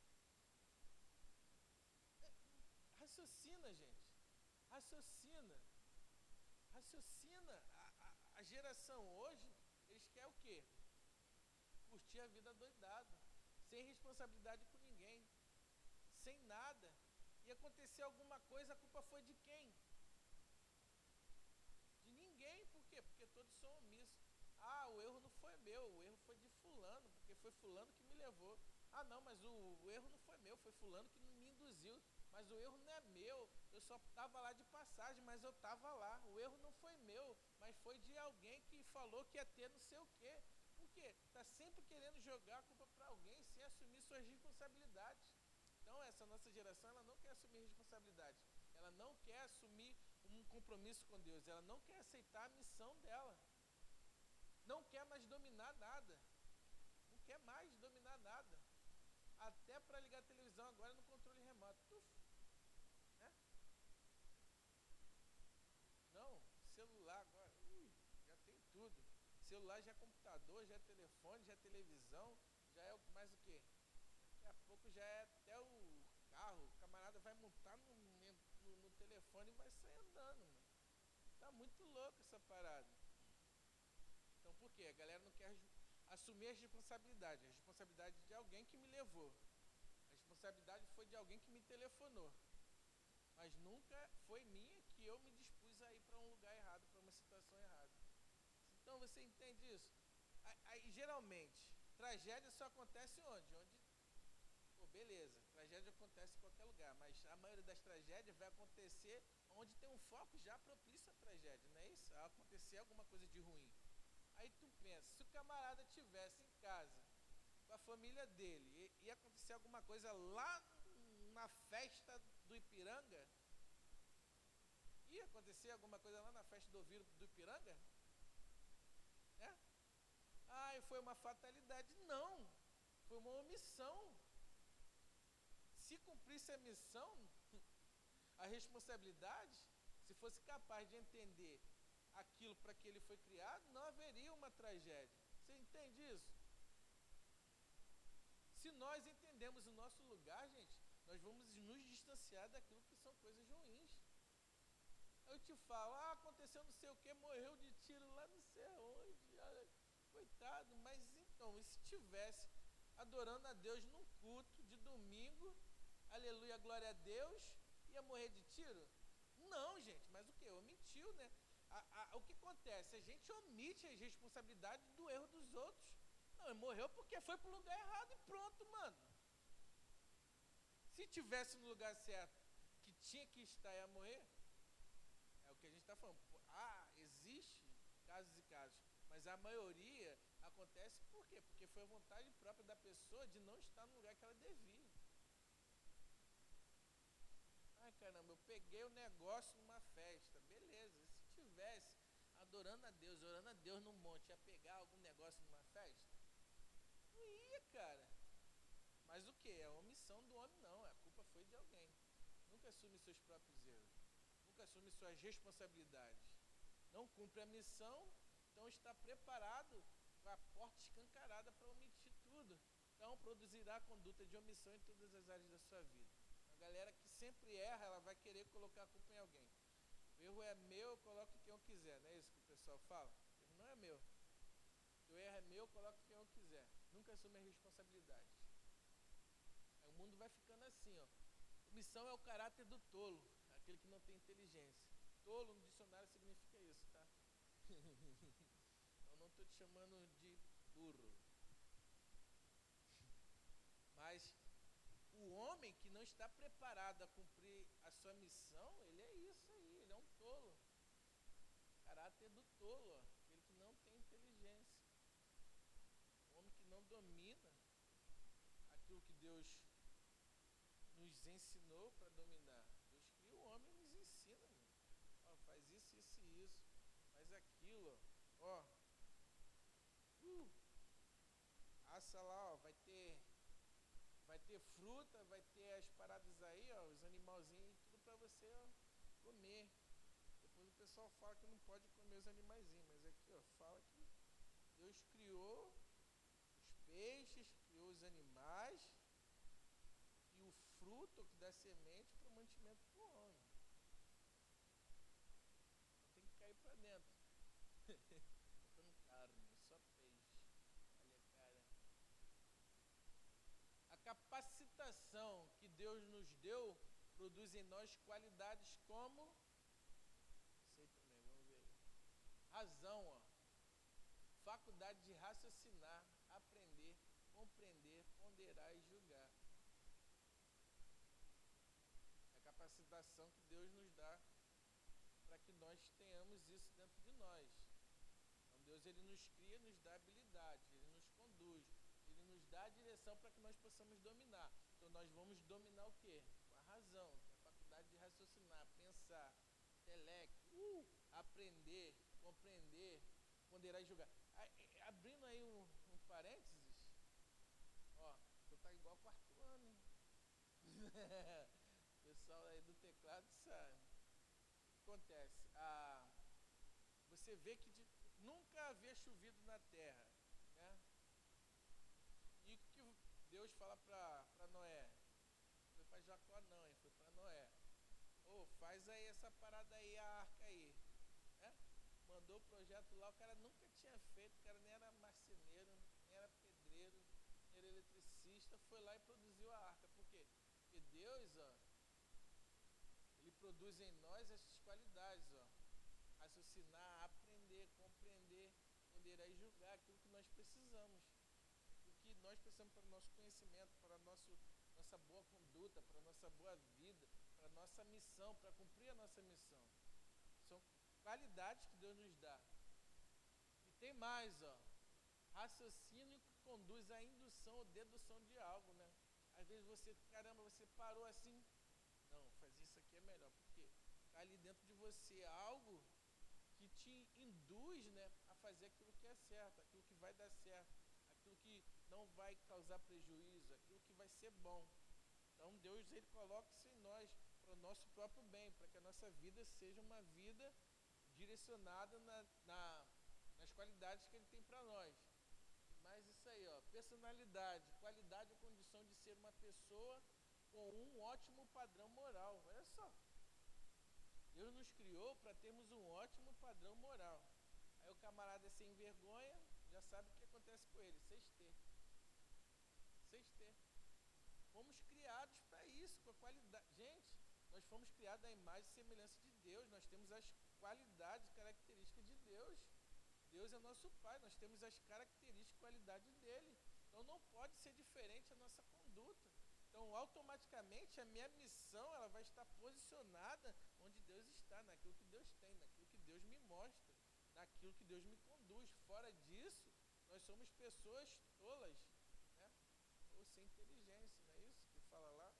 Raciocina, gente. Raciocina. A geração hoje, eles querem o quê? Curtir a vida doidado, sem responsabilidade com ninguém, sem nada. E acontecer alguma coisa, a culpa foi de quem? De ninguém. Por quê? Porque todos são omissos. o erro não foi meu, o erro foi de fulano, porque foi fulano que me levou. Ah, não, mas o erro não foi meu, foi fulano que me induziu. Mas o erro não é meu, eu só estava lá de passagem, mas eu estava lá. O erro não foi meu, mas foi de alguém que falou que ia ter não sei o quê. Por quê? Está sempre querendo jogar a culpa para alguém sem assumir suas responsabilidades. Então, essa nossa geração, ela não quer assumir responsabilidade. Ela não quer assumir um compromisso com Deus. Ela não quer aceitar a missão dela. Não quer mais dominar nada. Não quer mais dominar nada. Até para ligar a televisão agora no controle remoto. Tuf, né? Não, celular agora. Já tem tudo. Celular já é computador, já é telefone, já é televisão, já é mais o quê? Daqui a pouco já é até o carro. O camarada vai montar no telefone e vai sair andando, mano. Tá muito louco essa parada. Então por quê? A galera não quer assumir as responsabilidades. A responsabilidade de alguém que me levou. A responsabilidade foi de alguém que me telefonou. Mas nunca foi minha que eu me dispus a ir para um lugar errado, para uma situação errada. Então você entende isso? Aí geralmente, tragédia só acontece onde? Pô, beleza, tragédia acontece em qualquer lugar, mas a maioria das tragédias vai acontecer onde tem um foco já propício à tragédia, não é isso? A acontecer alguma coisa de ruim. Aí tu pensa, se o camarada tivesse em casa, com a família dele, ia acontecer alguma coisa lá na festa do Ipiranga? Ia acontecer alguma coisa lá na festa do Ouviro do Ipiranga? Né? Ah, foi uma fatalidade. Não, foi uma omissão. Se cumprisse a missão, a responsabilidade, se fosse capaz de entender aquilo para que ele foi criado, não haveria uma tragédia. Você entende isso? Se nós entendemos o nosso lugar, gente, nós vamos nos distanciar daquilo que são coisas ruins. Eu te falo, aconteceu não sei o que, morreu de tiro lá não sei aonde, coitado, mas então, e se tivesse adorando a Deus num culto de domingo, aleluia, glória a Deus, ia morrer de tiro? Não, gente, mas o que? Omitiu, né? O que acontece? A gente omite as responsabilidades do erro dos outros. Não, ele morreu porque foi pro lugar errado e pronto, mano. Se tivesse no lugar certo, que tinha que estar, ia morrer. É o que a gente está falando. Existe casos e casos, mas a maioria acontece por quê? Porque foi a vontade própria da pessoa de não estar no lugar que ela devia. Ai, caramba, eu peguei o negócio numa festa. Beleza, se tivesse adorando a Deus, orando a Deus no monte, ia pegar algum negócio numa festa? Não ia, cara. Mas o que? É a omissão do homem, não. A culpa foi de alguém. Nunca assume seus próprios erros. Nunca assume suas responsabilidades. Não cumpre a missão, então está preparado com a porta escancarada para omitir tudo. Então produzirá conduta de omissão em todas as áreas da sua vida. A galera que sempre erra, ela vai querer colocar a culpa em alguém. O erro é meu, eu coloco em quem eu quiser, não é isso que o pessoal fala? O erro não é meu. O erro é meu, eu coloco em quem eu quiser. Nunca assume a responsabilidade. Aí o mundo vai ficando assim, ó. Omissão é o caráter do tolo, aquele que não tem inteligência. Tolo no dicionário significa isso, tá? Eu não estou te chamando de burro. Mas o homem que não está preparado a cumprir a sua missão, ele é isso aí, ele é um tolo. Caráter do tolo, ó, aquele que não tem inteligência. O homem que não domina aquilo que Deus nos ensinou para dominar. Deus cria o homem e nos ensina, mano. Ó, faz isso, isso e isso. Faz aquilo, ó. Assa lá, ó, vai ter fruta, vai ter as paradas aí, ó, os animalzinhos, tudo para você, ó, comer. Depois o pessoal fala que não pode comer os animaizinhos, mas aqui, ó, fala que Deus criou os peixes, criou os animais e o fruto que dá semente para o mantimento do homem. Então tem que cair para dentro. Faltando carne, só peixe. Olha, cara. A capacitação que Deus nos deu produz em nós qualidades como... Sei também, vamos ver aí. Razão, ó. faculdade de raciocinar, aprender, compreender, ponderar e julgar. É a capacitação que Deus nos dá para que nós tenhamos isso dentro de nós. Então Deus, ele nos cria, nos dá habilidades, ele nos conduz, ele nos dá a direção para que nós possamos dominar. Então nós vamos dominar o quê? Com a razão, a faculdade de raciocinar, pensar, intelecto, aprender, compreender, ponderar e julgar. Abrindo aí um parênteses, ó, tu tá igual quarto ano, hein? O pessoal aí do teclado sabe. O que acontece? Você vê que nunca havia chovido na terra, né? E o que Deus fala para Noé? Foi para Jacó não, hein? Foi para Noé. Faz aí essa parada aí, a arca aí, né? Mandou o projeto lá, o cara nunca tinha feito, o cara nem era marceneiro, nem era pedreiro, nem era eletricista, foi lá e produziu a arca. Por quê? Porque Deus, ó, ele produz em nós essas qualidades, ó. Raciocinar, aprender, compreender, ponderar e julgar aquilo que nós precisamos. Aquilo que nós precisamos para o nosso conhecimento, para a nossa boa conduta, para a nossa boa vida, para a nossa missão, para cumprir a nossa missão. São qualidades que Deus nos dá. E tem mais, ó. Raciocínio que conduz à indução ou dedução de algo, né? Às vezes você parou assim, não, fazer isso aqui é melhor, porque está ali dentro de você algo que te induz, né, a fazer aquilo que é certo, aquilo que vai dar certo, aquilo que não vai causar prejuízo, aquilo que vai ser bom. Então Deus, ele coloca isso em nós para o nosso próprio bem, para que a nossa vida seja uma vida direcionada nas qualidades que ele tem para nós. Mas isso aí, ó, personalidade, qualidade ou condição de ser uma pessoa com um ótimo padrão moral. Olha só, Deus nos criou para termos um ótimo padrão moral. Aí o camarada é sem vergonha, já sabe o que acontece com ele, 6T. 6T. Fomos criados para isso, com a qualidade. Gente, nós fomos criados à imagem e semelhança de Deus, nós temos as qualidades e características de Deus. Deus é nosso Pai, nós temos as características e qualidades dele. Então não pode ser diferente a nossa conduta. Então automaticamente a minha missão, ela vai estar posicionada onde Deus está, naquilo que Deus tem, naquilo que Deus me mostra, naquilo que Deus me conduz. Fora disso, nós somos pessoas tolas, né? Ou sem inteligência, não é isso que fala lá?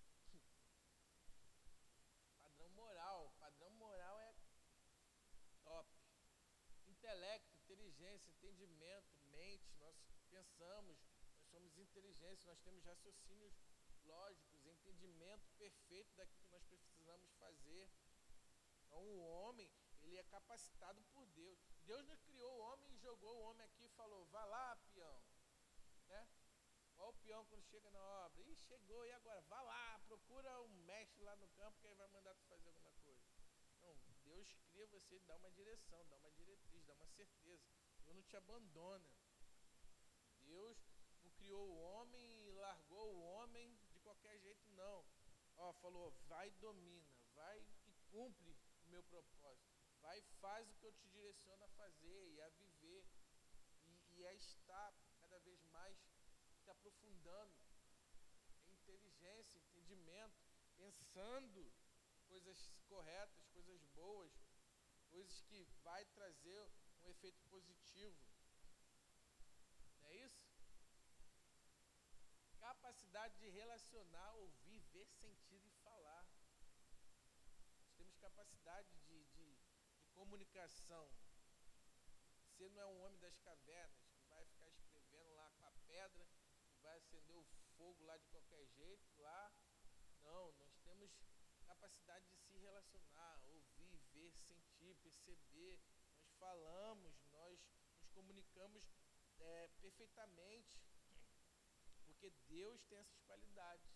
Padrão moral é top. Intelecto, inteligência, entendimento, mente, nós pensamos, nós somos inteligentes, nós temos raciocínios lógicos, entendimento perfeito daquilo que nós precisamos fazer. Então o homem, ele é capacitado por Deus. Deus não criou o homem e jogou o homem aqui e falou, vá lá, peão, né? Qual o peão quando chega na obra? Ih, chegou, e agora? Vá lá, procura um mestre lá no campo que ele vai mandar tu fazer alguma coisa. Não, Deus cria você e dá uma direção, dá uma diretriz, dá uma certeza. Deus não te abandona. Deus não criou o homem e largou o homem de qualquer jeito, não. Ó, falou, vai e domina, vai e cumpre o meu propósito. Vai e faz o que eu te direciono a fazer e a viver. E a estar cada vez mais se aprofundando em inteligência, entendimento, pensando coisas corretas, coisas boas, coisas que vai trazer um efeito positivo. Não é isso? Capacidade de relacionar, ouvir, ver, sentir e falar. Nós temos capacidade de comunicação. Você não é um homem das cavernas que vai ficar escrevendo lá com a pedra, que vai acender o fogo lá de qualquer jeito, lá. Não, nós temos capacidade de se relacionar, ouvir, ver, sentir, perceber. Nós falamos, nós nos comunicamos perfeitamente, porque Deus tem essas qualidades.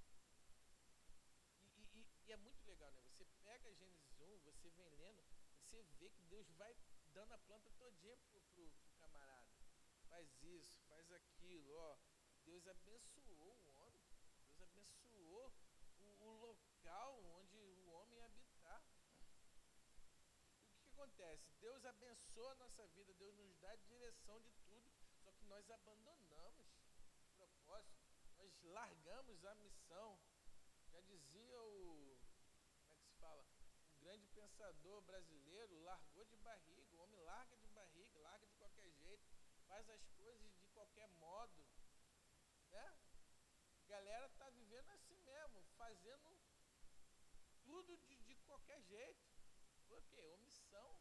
E é muito legal, né? Você pega Gênesis 1, você vem lendo, você vê que Deus vai dando a planta todinha pro camarada. Faz isso, faz aquilo, ó. Deus abençoou o homem. Deus abençoou o local onde o homem ia habitar. E o que acontece? Deus abençoa a nossa vida, Deus nos dá a direção de tudo, só que nós abandonamos o propósito, nós largamos a missão. Já dizia como é que se fala? Um grande pensador brasileiro, largou de barriga, o homem larga de barriga, larga de qualquer jeito, faz as coisas de qualquer modo, né? A galera tá vivendo assim mesmo, fazendo tudo de qualquer jeito. Por quê? Omissão.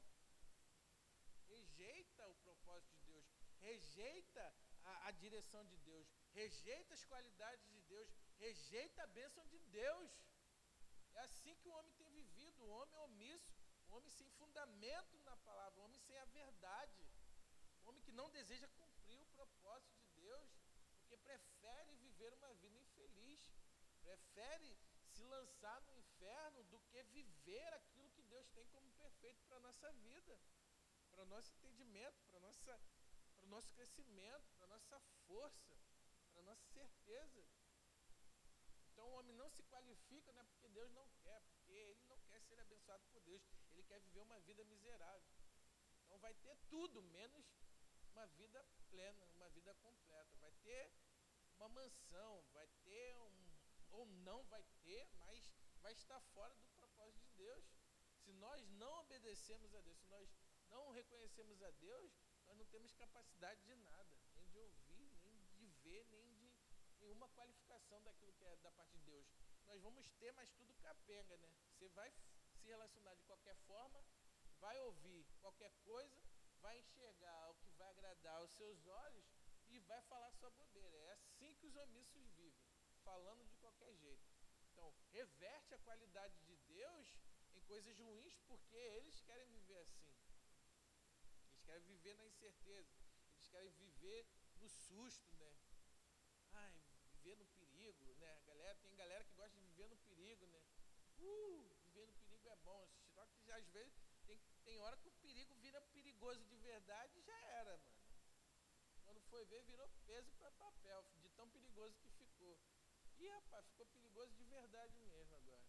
Rejeita o propósito de Deus, rejeita a direção de Deus, rejeita as qualidades de Deus, rejeita a bênção de Deus. É assim que o homem tem vivido, o homem omisso, o homem sem fundamento na palavra, o homem sem a verdade, o homem que não deseja cumprir o propósito de Deus, porque prefere viver uma vida infeliz, prefere se lançar no inferno do que viver aquilo que Deus tem como perfeito para a nossa vida, para o nosso entendimento, para o nosso crescimento, para a nossa força, para a nossa certeza. Então o homem não se qualifica, não é porque Deus não quer, porque ele não quer ser abençoado por Deus, ele quer viver uma vida miserável. Então vai ter tudo, menos uma vida plena, uma vida completa. Vai ter uma mansão, vai ter ou não vai ter, mas vai estar fora do propósito de Deus. Se nós não obedecemos a Deus, se nós não reconhecemos a Deus, nós não temos capacidade de nada, nem de ouvir, nem de ver, nem de nenhuma qualificação daquilo que é da parte de Deus. Nós vamos ter, mas tudo capenga, né? Você vai se relacionar de qualquer forma, vai ouvir qualquer coisa, vai enxergar o que vai agradar aos seus olhos e vai falar sua bobeira. É assim que os omissos vivem, falando de qualquer jeito. Então, reverte a qualidade de Deus em coisas ruins, porque eles querem viver assim. Eles querem viver na incerteza, eles querem viver no susto, né? Ai, viver no perigo, né? Tem galera que gosta de viver no perigo, né? Viver no perigo é bom, só que às vezes tem hora que o perigo vira perigoso de verdade e já era, mano. Quando foi ver, virou peso para papel, de tão perigoso que ficou. E rapaz, ficou perigoso de verdade mesmo agora.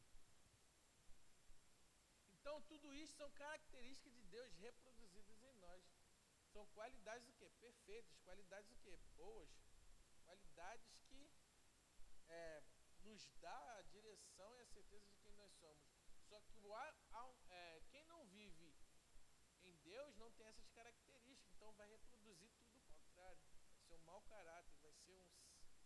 Então tudo isso são características de Deus reproduzidas em nós. São qualidades o quê? Perfeitas, qualidades o quê? Boas, qualidades que nos dá a direção e a certeza de quem nós somos. Só que quem não vive em Deus não tem essas características, então vai reproduzir tudo o contrário. Vai ser um mau caráter, vai ser um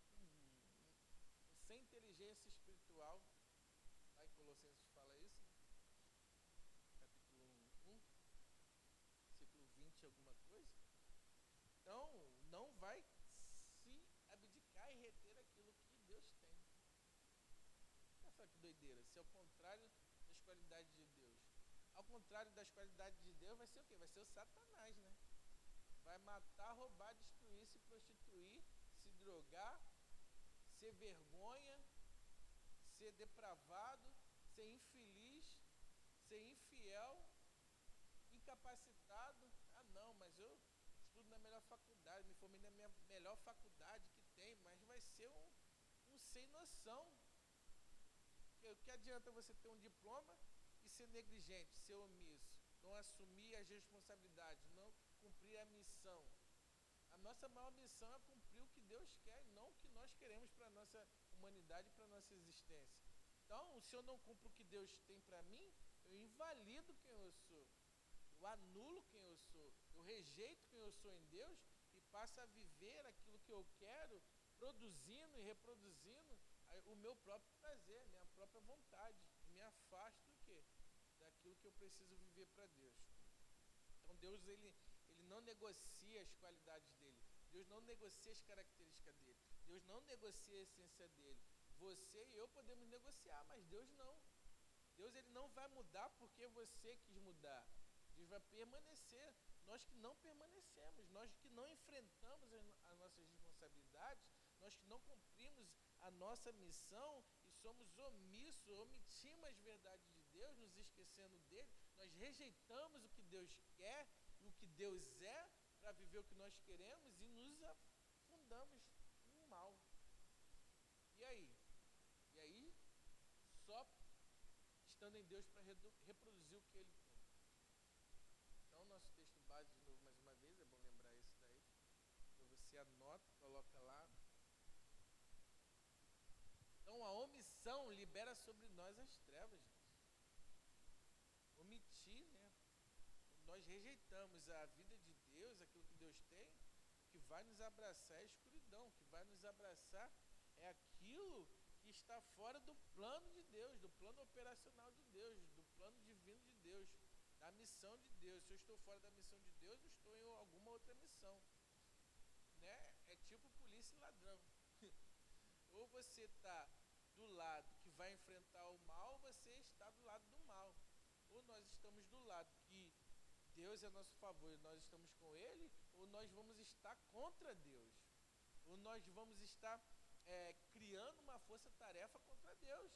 sem inteligência espiritual. Lá em Colossenses fala isso, né? Capítulo 1, versículo 20, alguma coisa. Então, não vai se abdicar e reter aquilo que Deus tem. Olha só que doideira, se é o contrário das qualidades de Deus. Ao contrário das qualidades de Deus, vai ser o quê? Vai ser o Satanás, né? Vai matar, roubar, destruir, se prostituir, se drogar, ser vergonha, ser depravado, ser infeliz, ser infiel, incapacitado. Ah não, mas eu estudo na melhor faculdade, me formei na minha melhor faculdade que tem, mas vai ser um sem noção. O que adianta você ter um diploma e ser negligente, ser omisso, não assumir as responsabilidades, não cumprir a missão? A nossa maior missão é cumprir o que Deus quer, não o que nós queremos para a nossa humanidade e para a nossa existência. Então, se eu não cumpro o que Deus tem para mim, eu invalido quem eu sou, eu anulo quem eu sou, eu rejeito quem eu sou em Deus e passo a viver aquilo que eu quero, produzindo e reproduzindo o meu próprio prazer, minha própria vontade, e me afasto do quê? Daquilo que eu preciso viver para Deus. Então Deus ele não negocia as qualidades dele, Deus não negocia as características dele, Deus não negocia a essência dele. Você e eu podemos negociar, mas Deus não. Deus ele não vai mudar porque você quis mudar. Deus vai permanecer. Nós que não permanecemos, nós que não enfrentamos as nossas responsabilidades, nós que não cumprimos a nossa missão e somos omissos, omitimos as verdades de Deus, nos esquecendo dele, nós rejeitamos o que Deus quer e o que Deus é para viver o que nós queremos e nos afundamos no mal. E aí? E aí, só estando em Deus para reproduzir o que ele tem. nosso texto base de novo mais uma vez, é bom lembrar isso daí. Então você anota, coloca lá. Então a omissão libera sobre nós as trevas, gente. Omitir, né? Nós rejeitamos a vida de Deus, aquilo que Deus tem, o que vai nos abraçar é a escuridão, o que vai nos abraçar é aquilo que está fora do plano de Deus, do plano operacional de Deus, do plano divino de Deus, da missão de Deus. Se eu estou fora da missão de Deus, eu estou em alguma outra missão, né? É tipo polícia e ladrão. Ou você está do lado que vai enfrentar o mal, ou você está do lado do mal. Ou nós estamos do lado que Deus é a nosso favor e nós estamos com Ele, ou nós vamos estar contra Deus. Ou nós vamos estar criando uma força-tarefa contra Deus.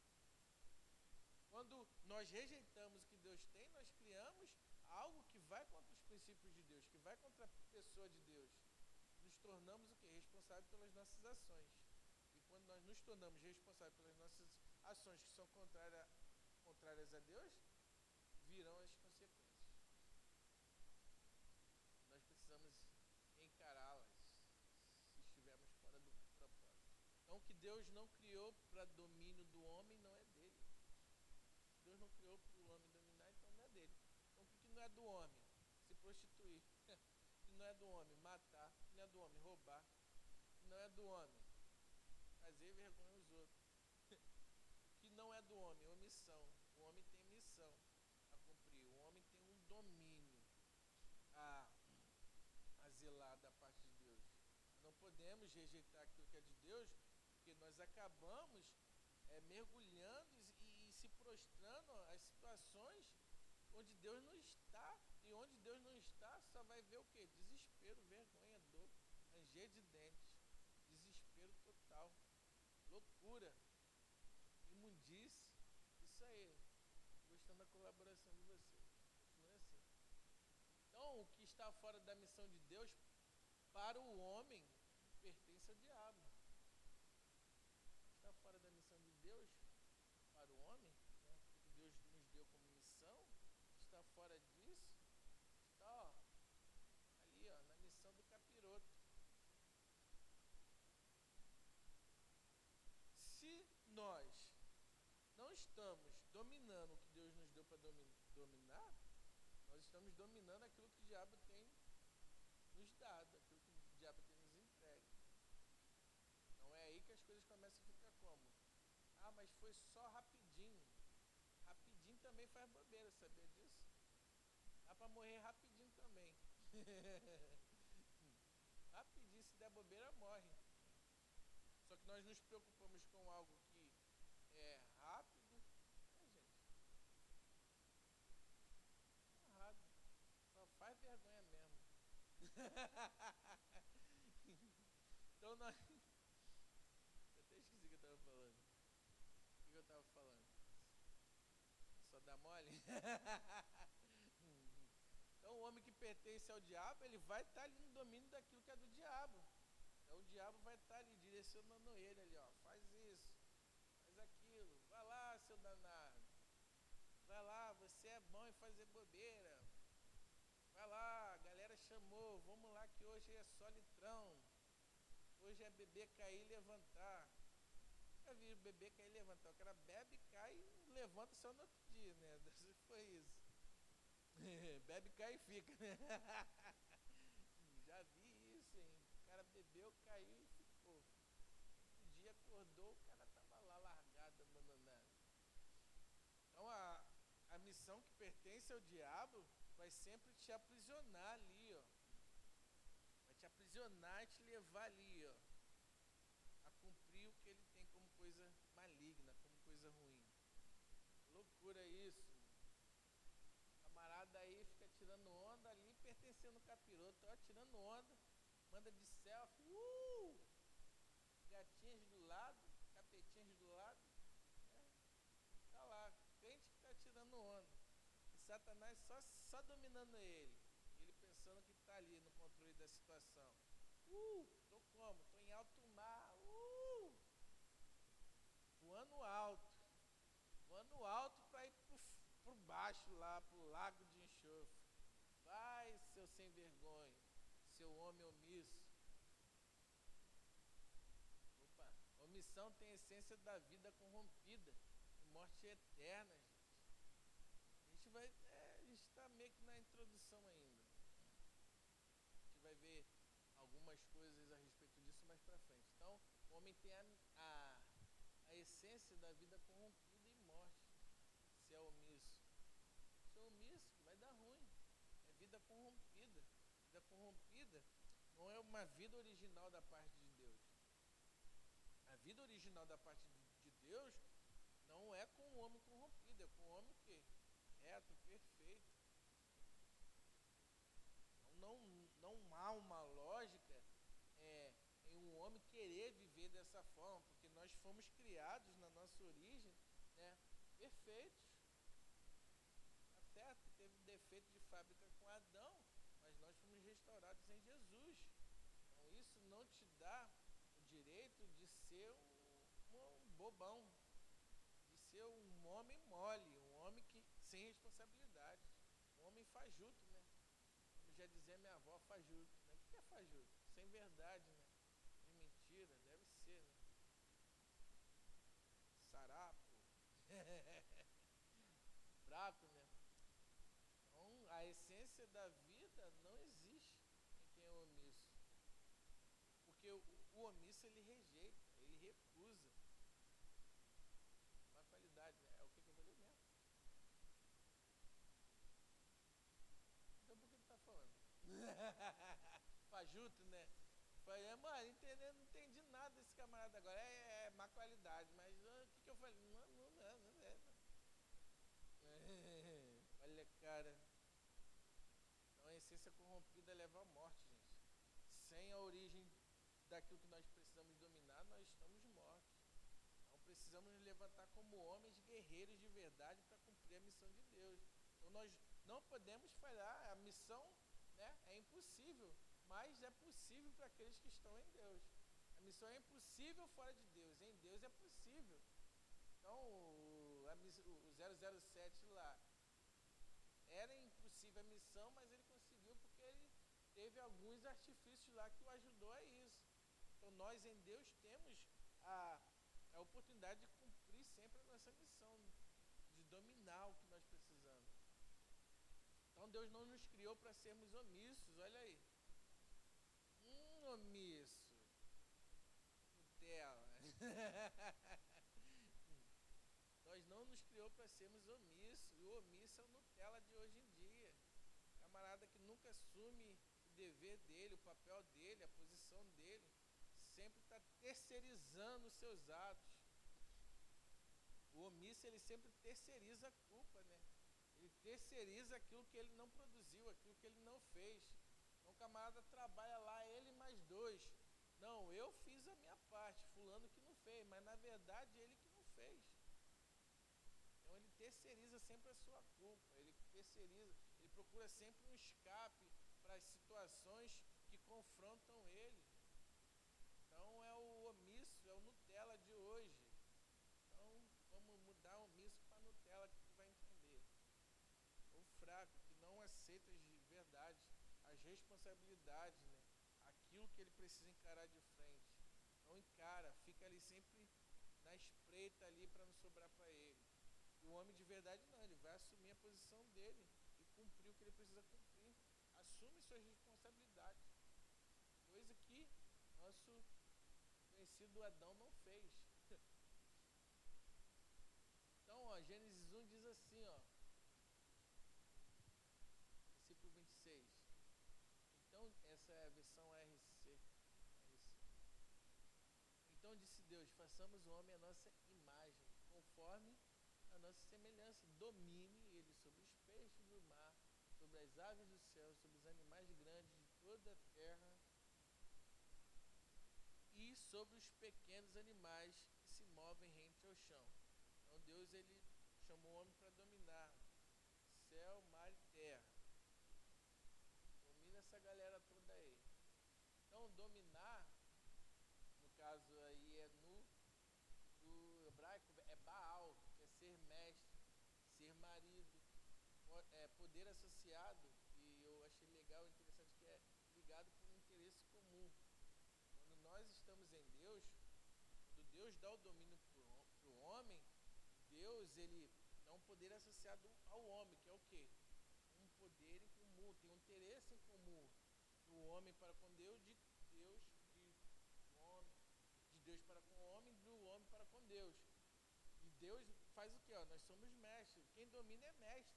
Quando nós rejeitamos o que Deus tem, nós criamos algo que vai contra os princípios de Deus, que vai contra a pessoa de Deus. Nos tornamos o quê? Responsáveis pelas nossas ações. E quando nós nos tornamos responsáveis pelas nossas ações que são contrárias a Deus, virão as consequências. Nós precisamos encará-las se estivermos fora do propósito. Então, o que Deus não criou para domínio do homem não é dele. Deus não criou para o homem dominar, então não é dele. Então, o que não é do homem? Se prostituir. O que não é do homem? Matar. O que não é do homem? Roubar. O que não é do homem? Fazer vergonha aos outros. O que não é do homem? Omissão. O homem tem missão a cumprir. O homem tem um domínio a zelar da parte de Deus. Não podemos rejeitar aquilo que é de Deus, porque nós acabamos mergulhando e se prostrando às situações onde Deus não está. E onde Deus não está, só vai ver o quê? Desespero, vergonha, dor, ranger de dentes, desespero total, loucura, imundície. Isso aí. Gostando da colaboração de vocês. Continue assim. Então, o que está fora da missão de Deus, para o homem, pertence ao diabo. O que está fora da missão de Deus, para o homem, né, que Deus nos deu como missão, está fora disso, está ali na missão do capiroto. Se nós não estamos dominando o que Deus nos deu para dominar, nós estamos dominando aquilo que o diabo tem nos dado, aquilo que o diabo tem nos entregue. Então é aí que as coisas começam a ficar como? Ah, mas foi só rapidinho. Rapidinho também faz bobeira, sabia disso? Dá para morrer rapidinho também. Rapidinho, se der bobeira, morre. Só que nós nos preocupamos com algo que é rápido, né, gente? Errado. Só faz vergonha mesmo. Então nós. Eu até esqueci o que eu estava falando. O que eu estava falando? Só dá mole? Então o homem que pertence ao diabo, ele vai estar ali no domínio daquilo que é do diabo. Então o diabo vai estar ali direcionando ele ali, ó, faz isso, faz aquilo, vai lá, seu danado. Vai lá, você é bom em fazer bobeira. Vai lá, a galera chamou, vamos lá que hoje é só litrão. Hoje é beber, cair e levantar. Nunca vi beber, cair e levantar. O cara bebe, cai e levanta só no outro dia, né? Foi isso. Bebe, cai e fica, né? Já vi isso, hein? O cara bebeu, caiu e ficou. Outro dia acordou, o cara tava lá largado, abandonado. Então a missão que pertence ao diabo vai sempre te aprisionar ali, ó. Vai te aprisionar e te levar ali, ó, a cumprir o que ele tem como coisa maligna, como coisa ruim. Loucura isso. Camarada aí fica tirando onda ali, pertencendo ao capiroto, ó, tirando onda, manda de selfie, gatinhas do lado, capetinhas do lado, né? Tá lá, crente que tá tirando onda. E Satanás só dominando ele. Ele pensando que tá ali no controle da situação. Tô como? Tô em alto mar. Voando alto. Voando alto para ir pro baixo lá, pro lago de enxofre. Ai, seu sem vergonha, seu homem omisso. Opa, omissão tem a essência da vida corrompida e morte eterna, gente. A gente está meio que na introdução ainda. A gente vai ver algumas coisas a respeito disso mais para frente. Então, o homem tem a essência da vida corrompida e morte. Se é omisso. Se é omisso, vai dar ruim. É vida corrompida. Vida corrompida não é uma vida original da parte de Deus. A vida original da parte de Deus não é com o homem corrompido, é com o homem o quê? Reto, perfeito. Não há uma lógica em um homem querer viver dessa forma, porque nós fomos criados na nossa origem, né, perfeitos. Tá certo? Teve defeito de fábrica com Adão, mas nós fomos restaurados em Jesus. Então isso não te dá o direito de ser um bobão, de ser um homem mole, um homem que sem responsabilidade, um homem fajuto, né? Como já dizia minha avó, fajuto, né? O que é fajuto? Sem verdade, né? De mentira, deve ser, né? Sarapo, fraco, né? Então, a essência da vida não existe em quem é omisso. Porque o omisso, ele rejeita, ele recusa. Má qualidade, né? É o que eu falei mesmo? Então, por que ele tá falando? Fajuto, né? Falei, mano, não entendi nada desse camarada agora. É má qualidade, mas o que eu falei? Não é. Olha, cara. Então a essência corrompida leva à morte, gente. Sem a origem daquilo que nós precisamos dominar, nós estamos mortos. Então precisamos nos levantar como homens guerreiros de verdade para cumprir a missão de Deus. Então nós não podemos falhar. A missão, né, é impossível, mas é possível para aqueles que estão em Deus. A missão é impossível fora de Deus. Em Deus é possível. Então o 007 lá, era impossível a missão, mas ele conseguiu porque ele teve alguns artifícios lá que o ajudou a isso. Então nós em Deus temos a oportunidade de cumprir sempre a nossa missão, de dominar o que nós precisamos. Então Deus não nos criou para sermos omissos, olha aí. Omisso. Nutella. Nós não nos criou para sermos omissos. E o omisso é o Nutella de hoje em dia. Camarada que nunca assume o dever dele, o papel dele, a posição dele. Sempre está terceirizando os seus atos. O omisso, ele sempre terceiriza a culpa, né? Ele terceiriza aquilo que ele não produziu, aquilo que ele não fez. Então o camarada trabalha lá, ele mais dois. Não, eu fiz a minha parte, fulano que não fez, mas na verdade ele que não fez. Então ele terceiriza sempre a sua culpa, ele procura sempre um escape para as situações que confrontam ele. Então é o omisso, é o Nutella de hoje. Então vamos mudar o omisso para Nutella que tu vai entender. O fraco que não aceita de verdade as responsabilidades, né? Aquilo que ele precisa encarar de frente. Não encara, fica ali sempre na espreita ali para não sobrar para ele. E o homem de verdade não, ele vai assumir a posição dele e cumprir o que ele precisa cumprir. Assume suas responsabilidades. Coisa que nosso conhecido Adão não fez. Então, ó, Gênesis 1 diz assim, ó, versículo 26. Então, essa é a versão RC. Então disse Deus, façamos o homem à nossa imagem, conforme a nossa semelhança. Domine ele sobre os peixes do mar, sobre as aves do céu, sobre os animais grandes de toda a terra e sobre os pequenos animais que se movem rente ao chão. Então Deus, ele chamou o homem para dominar céu, mar e terra. Domina essa galera toda aí. Então dominar, no caso aí é do hebraico, é Baal, que é ser mestre, ser marido, poder associado, e eu legal, interessante, que é ligado com um interesse comum. Quando nós estamos em Deus, quando Deus dá o domínio para o homem, Deus, ele dá um poder associado ao homem, que é o quê? Um poder em comum, tem um interesse em comum do homem para com Deus, homem, de Deus para com o homem, do homem para com Deus. E Deus faz o quê? Ó? Nós somos mestres. Quem domina é mestre.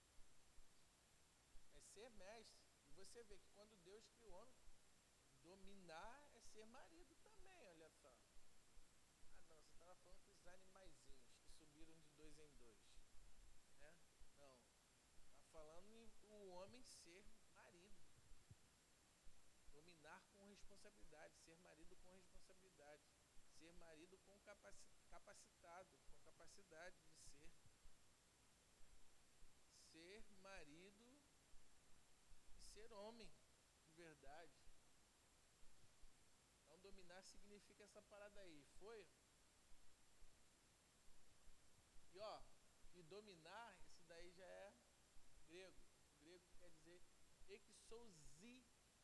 É ser mestre. E você vê que quando Deus cria o homem, dominar é ser marido também, olha só. Ah não, você estava falando com os animaizinhos que subiram de dois em dois, né? Não, está falando em o homem ser marido. Dominar com responsabilidade, ser marido com responsabilidade, ser marido com capacitado, com capacidade de ser marido e ser homem de verdade. Então dominar significa essa parada aí, foi? E ó, e dominar, isso daí já é grego. O grego quer dizer exousiazo,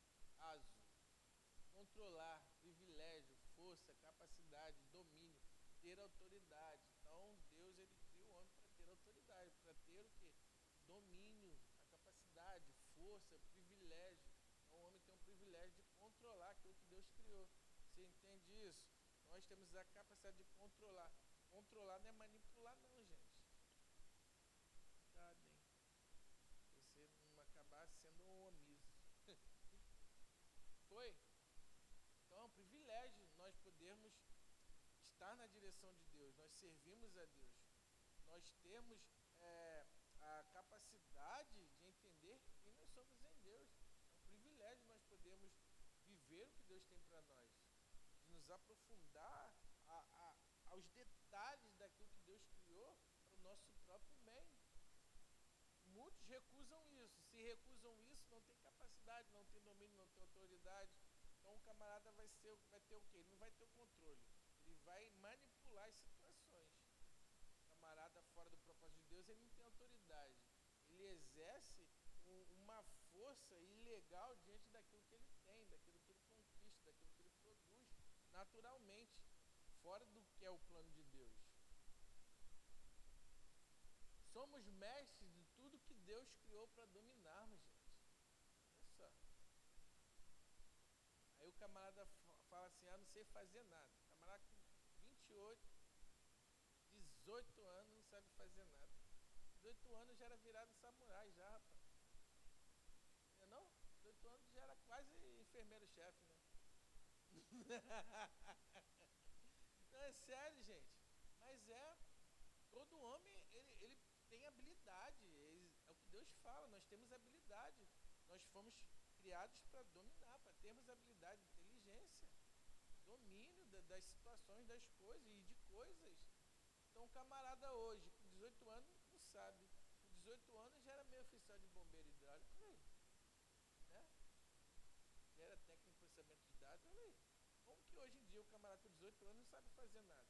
controlar, privilégio, força, capacidade, domínio, ter autoridade. Então Deus, ele cria o homem para ter autoridade, para ter o quê? Domínio, a capacidade, força, privilégio. Então o homem tem um privilégio de controlar aquilo que Deus criou. Você entende isso? Nós temos a capacidade de controlar. Controlar não é manipular não, gente. Cuidado, hein? Você não acabar sendo um omisso. Foi? Então é um privilégio nós podermos estar na direção de Deus. Nós servimos a Deus. Nós temos a capacidade de entender quem nós somos em Deus. É um privilégio nós podermos viver o que Deus tem para nós. De nos aprofundar aos detalhes daquilo que Deus criou para o nosso próprio bem. Muitos recusam isso. Se recusam isso, não tem capacidade, não tem domínio, não tem autoridade. Então o camarada vai ter o quê? Ele não vai ter o controle. Ele vai manipular as situações. O camarada fora do propósito de Deus, ele não tem autoridade. Ele exerce uma força ilegal diante daquilo que ele tem, daquilo que ele conquista, daquilo que ele produz naturalmente, fora do que é o plano de Deus. Somos mestres de tudo que Deus criou para dominarmos, gente. Olha só. Aí o camarada fala assim, não sei fazer nada. O camarada com 28, 18 anos não sabe fazer nada. 18 anos já era virado samurai já, rapaz. Não? 18 anos já era quase enfermeiro-chefe, né? Não, é sério, gente. Mas todo homem, ele tem habilidade. É o que Deus fala, nós temos habilidade. Nós fomos criados para dominar, para termos habilidade, inteligência, domínio das situações, das coisas e de coisas. Então, um camarada hoje, com 18 anos, não sabe. Com 18 anos já era meio oficial de bombeiro hidráulico, olha aí. Né? Já era técnico em processamento de dados, olha aí. Como que hoje em dia o camarada com 18 anos não sabe fazer nada?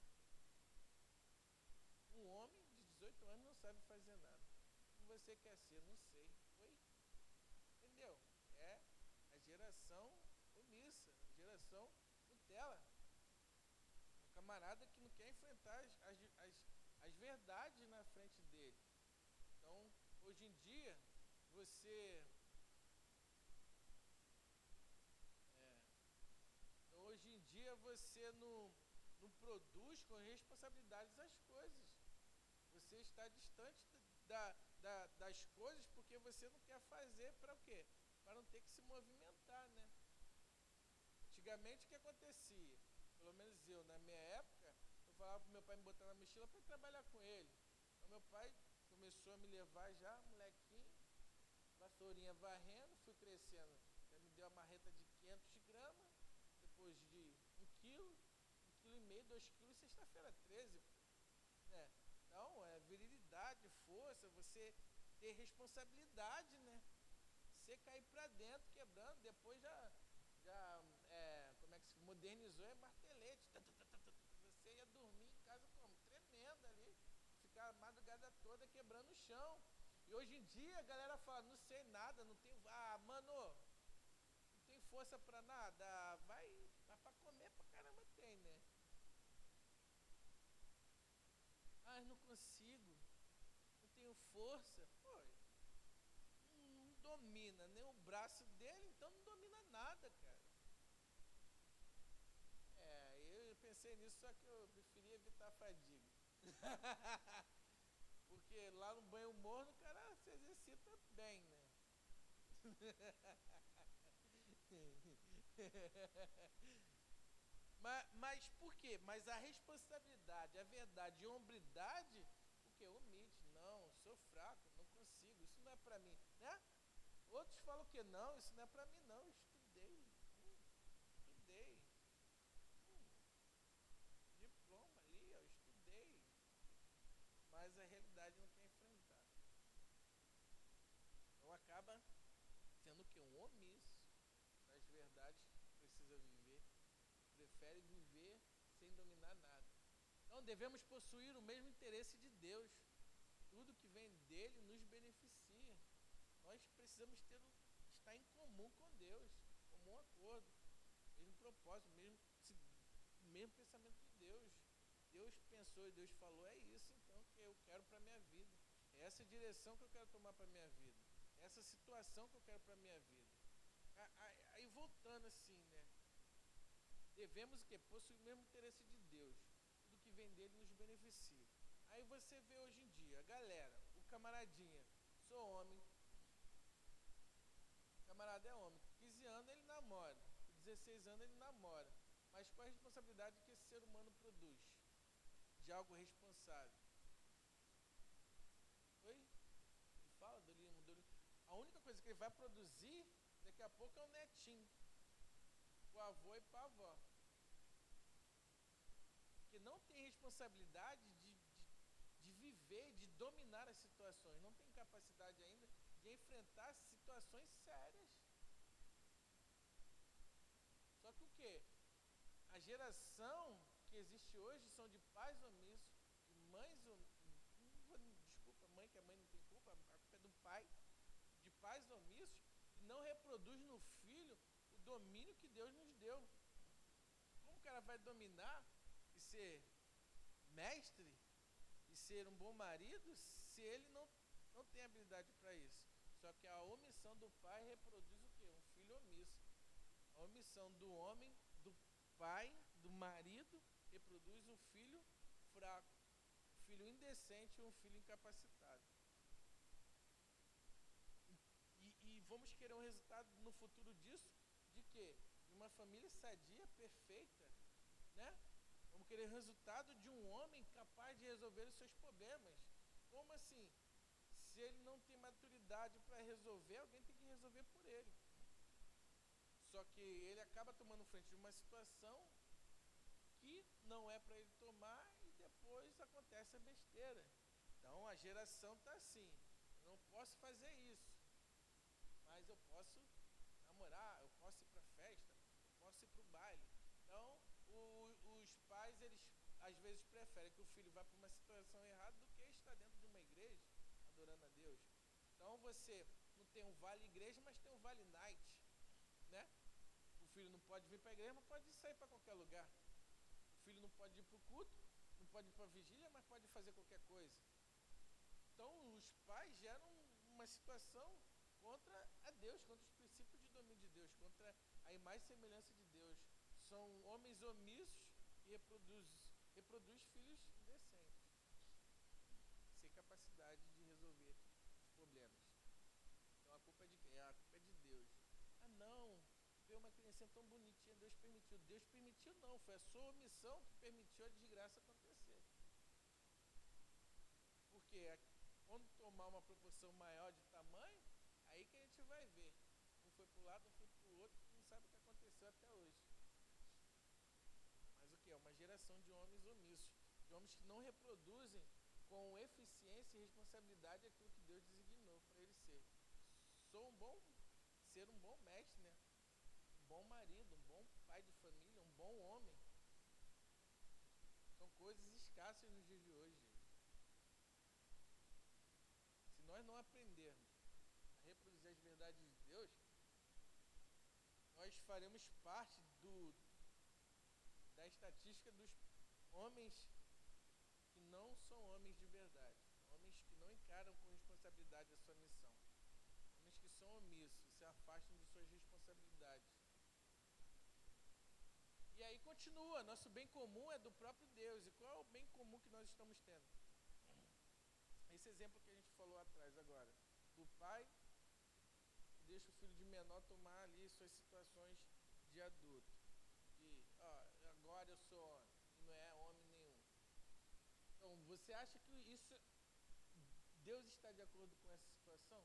Um homem de 18 anos não sabe fazer nada. O que você quer ser? Não sei. Oi? Entendeu? É a geração omissa, a geração Nutella. Um camarada que não quer enfrentar as verdades na frente dele. Então, hoje em dia, você não produz com responsabilidades as coisas. Você está distante das coisas porque você não quer fazer para o quê? Para não ter que se movimentar, né? Antigamente o que acontecia? Pelo menos eu, na minha época, eu falava para meu pai me botar na mochila para trabalhar com ele. Então meu pai começou a me levar já, molequinho, vassourinha varrendo, fui crescendo. Já me deu a marreta de 500 gramas, depois de 1 quilo, 1,5 kg, 2 kg, sexta-feira 13, né? Então, virilidade, força, você ter responsabilidade, né? Você cair para dentro, quebrando, depois como é que se modernizou, é martelete. Você ia dormir em casa como? Tremendo ali, ficar a madrugada toda quebrando o chão. E hoje em dia a galera fala, não sei nada, não tenho, mano, não tem força pra nada, vai, mas pra comer pra caramba tem, né? Ah, não consigo, não tenho força. Pô, não domina nem o braço dele, então não domina nada, cara. Eu pensei nisso, só que eu preferia evitar a fadiga. Porque lá no banho morno o cara se exercita bem, né? Mas por quê? Mas a responsabilidade, a verdade e a hombridade, o que? Omite. Não, sou fraco, não consigo, isso não é pra mim, né? Outros falam que não, isso não é pra mim não, estudei, estudei, hum, diploma ali, ó, estudei, mas a realidade não quer enfrentar. Então acaba sendo o que? Um omisso das verdades que precisa viver, prefere viver sem dominar nada. Então devemos possuir o mesmo interesse de Deus. Tudo que vem dele nos beneficia. Nós precisamos estar em comum com Deus, comum acordo, mesmo propósito, mesmo pensamento de Deus. Deus pensou e Deus falou, é isso então que eu quero para a minha vida. É essa direção que eu quero tomar para a minha vida. É essa situação que eu quero para a minha vida. Aí voltando assim, né? Devemos o quê? Possuir o mesmo interesse de Deus. Tudo que vem dele nos beneficia. Aí você vê hoje em dia, a galera, o camaradinha, sou homem, camarada é homem, com 15 anos ele namora, com 16 anos ele namora, mas qual a responsabilidade que esse ser humano produz? De algo responsável. Oi? Ele fala, Dolinho. A única coisa que ele vai produzir, daqui a pouco é o netinho, o avô e para a avó. Que não tem responsabilidade de viver, de dominar as situações, não tem capacidade ainda de enfrentar situações sérias. Só que o que? A geração que existe hoje são de pais omissos, de mães desculpa, mãe, que a mãe não tem culpa, a culpa é do pai, de pais omissos, e não reproduz no filho o domínio que Deus nos deu. Como o cara vai dominar e ser mestre e ser um bom marido se ele não tem habilidade para isso? Só que a omissão do pai reproduz o quê? Um filho omisso. A omissão do homem, do pai, do marido, reproduz um filho fraco, um filho indecente e um filho incapacitado. E vamos querer um resultado no futuro disso, de quê? De uma família sadia, perfeita, né? Vamos querer resultado de um homem capaz de resolver os seus problemas. Como assim? Se ele não tem maturidade para resolver, alguém tem que resolver por ele. Só que ele acaba tomando frente de uma situação que não é para ele tomar e depois acontece a besteira. Então a geração está assim, eu não posso fazer isso, mas eu posso namorar, eu posso ir para a festa, eu posso ir para o baile. Então os pais, eles às vezes preferem que o filho vá para uma situação errada do que estar dentro de uma igreja, adorando a Deus. Então você não tem um vale igreja, mas tem um vale night, né? O filho não pode vir para a igreja, mas pode sair para qualquer lugar. O filho não pode ir para o culto, não pode ir para a vigília, mas pode fazer qualquer coisa. Então os pais geram uma situação contra a Deus, contra os princípios de domínio de Deus, contra a imagem e semelhança de Deus. São homens omissos e reproduz filhos indecentes, sem capacidade de resolver os problemas. Então a culpa é de quem? A culpa é de Deus. Ah não, veio uma criança tão bonitinha, Deus permitiu. Deus permitiu não, foi a sua omissão que permitiu a desgraça acontecer. Porque quando tomar uma proporção maior de tamanho, aí que a gente vai ver. Um foi para um lado, um foi para o outro, não sabe o que aconteceu até hoje. Mas o que? É uma geração de homens omissos, de homens que não reproduzem com eficiência e responsabilidade aquilo que Deus designou para ele ser. Ser um bom mestre, né? Um bom marido, um bom pai de família, um bom homem. São coisas escassas nos dias de hoje, gente. Se nós não aprendermos a reproduzir as verdades de Deus, nós faremos parte da estatística dos homens que não são homens de verdade, homens que não encaram com responsabilidade a sua missão, homens que são omissos, se afastam de suas responsabilidades. E aí continua, nosso bem comum é do próprio Deus. E qual é o bem comum que nós estamos tendo? Esse exemplo que a gente falou atrás agora, do pai que deixa o filho de menor tomar ali suas situações de adulto. Que, agora eu sou homem, e não é homem nenhum. Então, você acha que isso, Deus está de acordo com essa situação?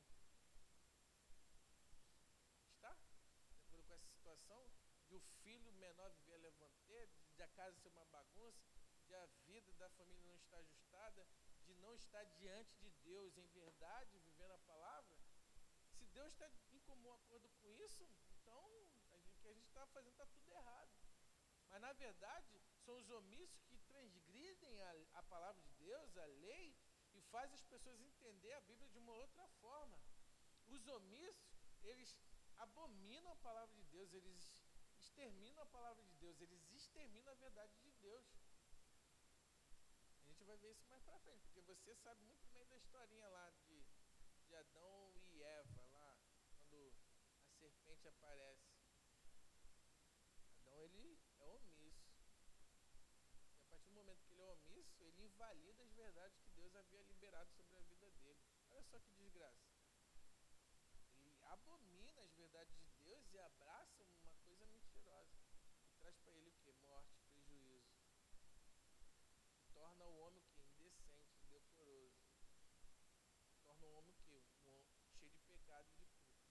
Está? De acordo com essa situação? De o filho menor viver a levanter, de a casa ser uma bagunça, de a vida da família não estar ajustada, de não estar diante de Deus em verdade, vivendo a palavra? Se Deus está em comum acordo com isso, então o que a gente está fazendo está tudo errado. Mas na verdade, são os omissos que transgridem a palavra de Deus, a lei, e fazem as pessoas entender a Bíblia de uma outra forma. Os omissos, eles abominam a palavra de Deus, eles exterminam a palavra de Deus, eles exterminam a verdade de Deus. A gente vai ver isso mais pra frente, porque você sabe muito bem da historinha lá de Adão e Eva, lá, quando a serpente aparece. Adão, ele é omisso. E a partir do momento que ele é omisso, ele invalida as verdades que Deus havia liberado sobre a vida dele. Olha só que desgraça. Ele abomina as verdades de Deus e abraça uma coisa mentirosa, que traz para ele o quê? Morte, prejuízo. Torna o homem o quê? Indecente, indecoroso. Torna o homem o quê? Cheio de pecado e de culpas.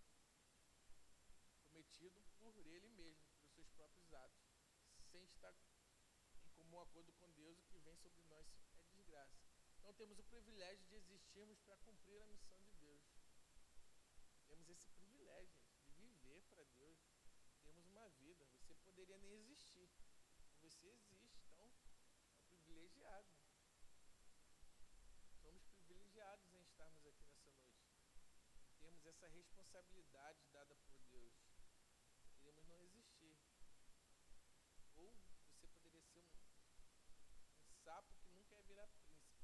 Cometido por ele mesmo, pelos seus próprios atos. Sem estar em comum acordo com Deus, o que vem sobre nós é desgraça. Então temos o privilégio de existirmos para cumprir a missão de Deus. Temos esse privilégio, gente, de viver para Deus. Temos uma vida. Você poderia nem existir. Você existe, então é um privilegiado. Somos privilegiados em estarmos aqui nessa noite. Temos essa responsabilidade dada por Deus. Poderíamos não existir. Ou você poderia ser um sapo que nunca ia virar príncipe.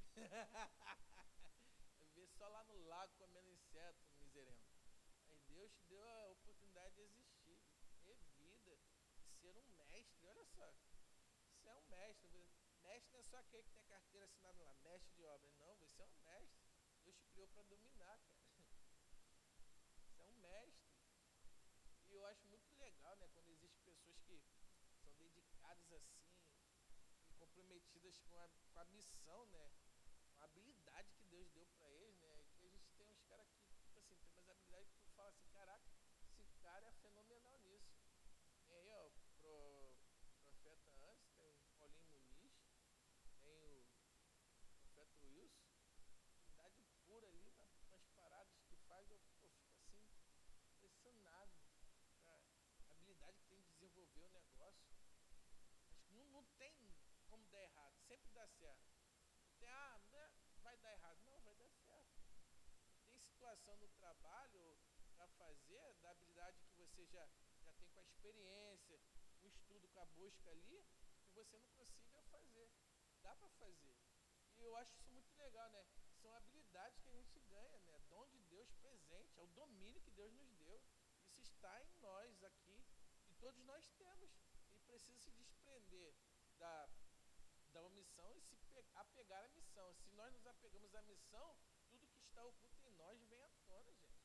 Viver só lá no lago comendo inseto, miserento. Mas Deus te deu a oportunidade de existir, de ter vida, de ser um mestre. Olha só, você é um mestre. Mestre não é só aquele que tem a carteira assinada lá, mestre de obra. Não, você é um mestre. Deus te criou para dominar, cara. Você é um mestre. E eu acho muito legal, né, quando existem pessoas que são dedicadas assim e comprometidas com a missão, né, com a habilidade que Deus deu para eles, né, que a gente tem uns caras que, tipo assim, tem umas habilidades que tu fala assim, caraca, esse cara é fenomenal nisso. Tem aí, ó, profeta antes, tem o Paulinho Muniz, tem o profeta Wilson, habilidade pura ali nas paradas que faz, eu fico assim, impressionado. A habilidade que tem de desenvolver o negócio. Acho que não tem como dar errado, sempre dá certo. Tem, vai dar errado. Não, vai dar certo. Tem situação no trabalho para fazer, da habilidade que você já tem com a experiência, com o estudo, com a busca ali, que você não consiga fazer. Dá para fazer. E eu acho isso muito legal, né? São habilidades que a gente ganha, né? Dom de Deus presente, é o domínio que Deus nos deu. Isso está em nós aqui e todos nós temos. E precisa se desprender da omissão e se apegar à missão. Se nós nos apegamos à missão, tudo que está oculto em nós vem à tona, gente.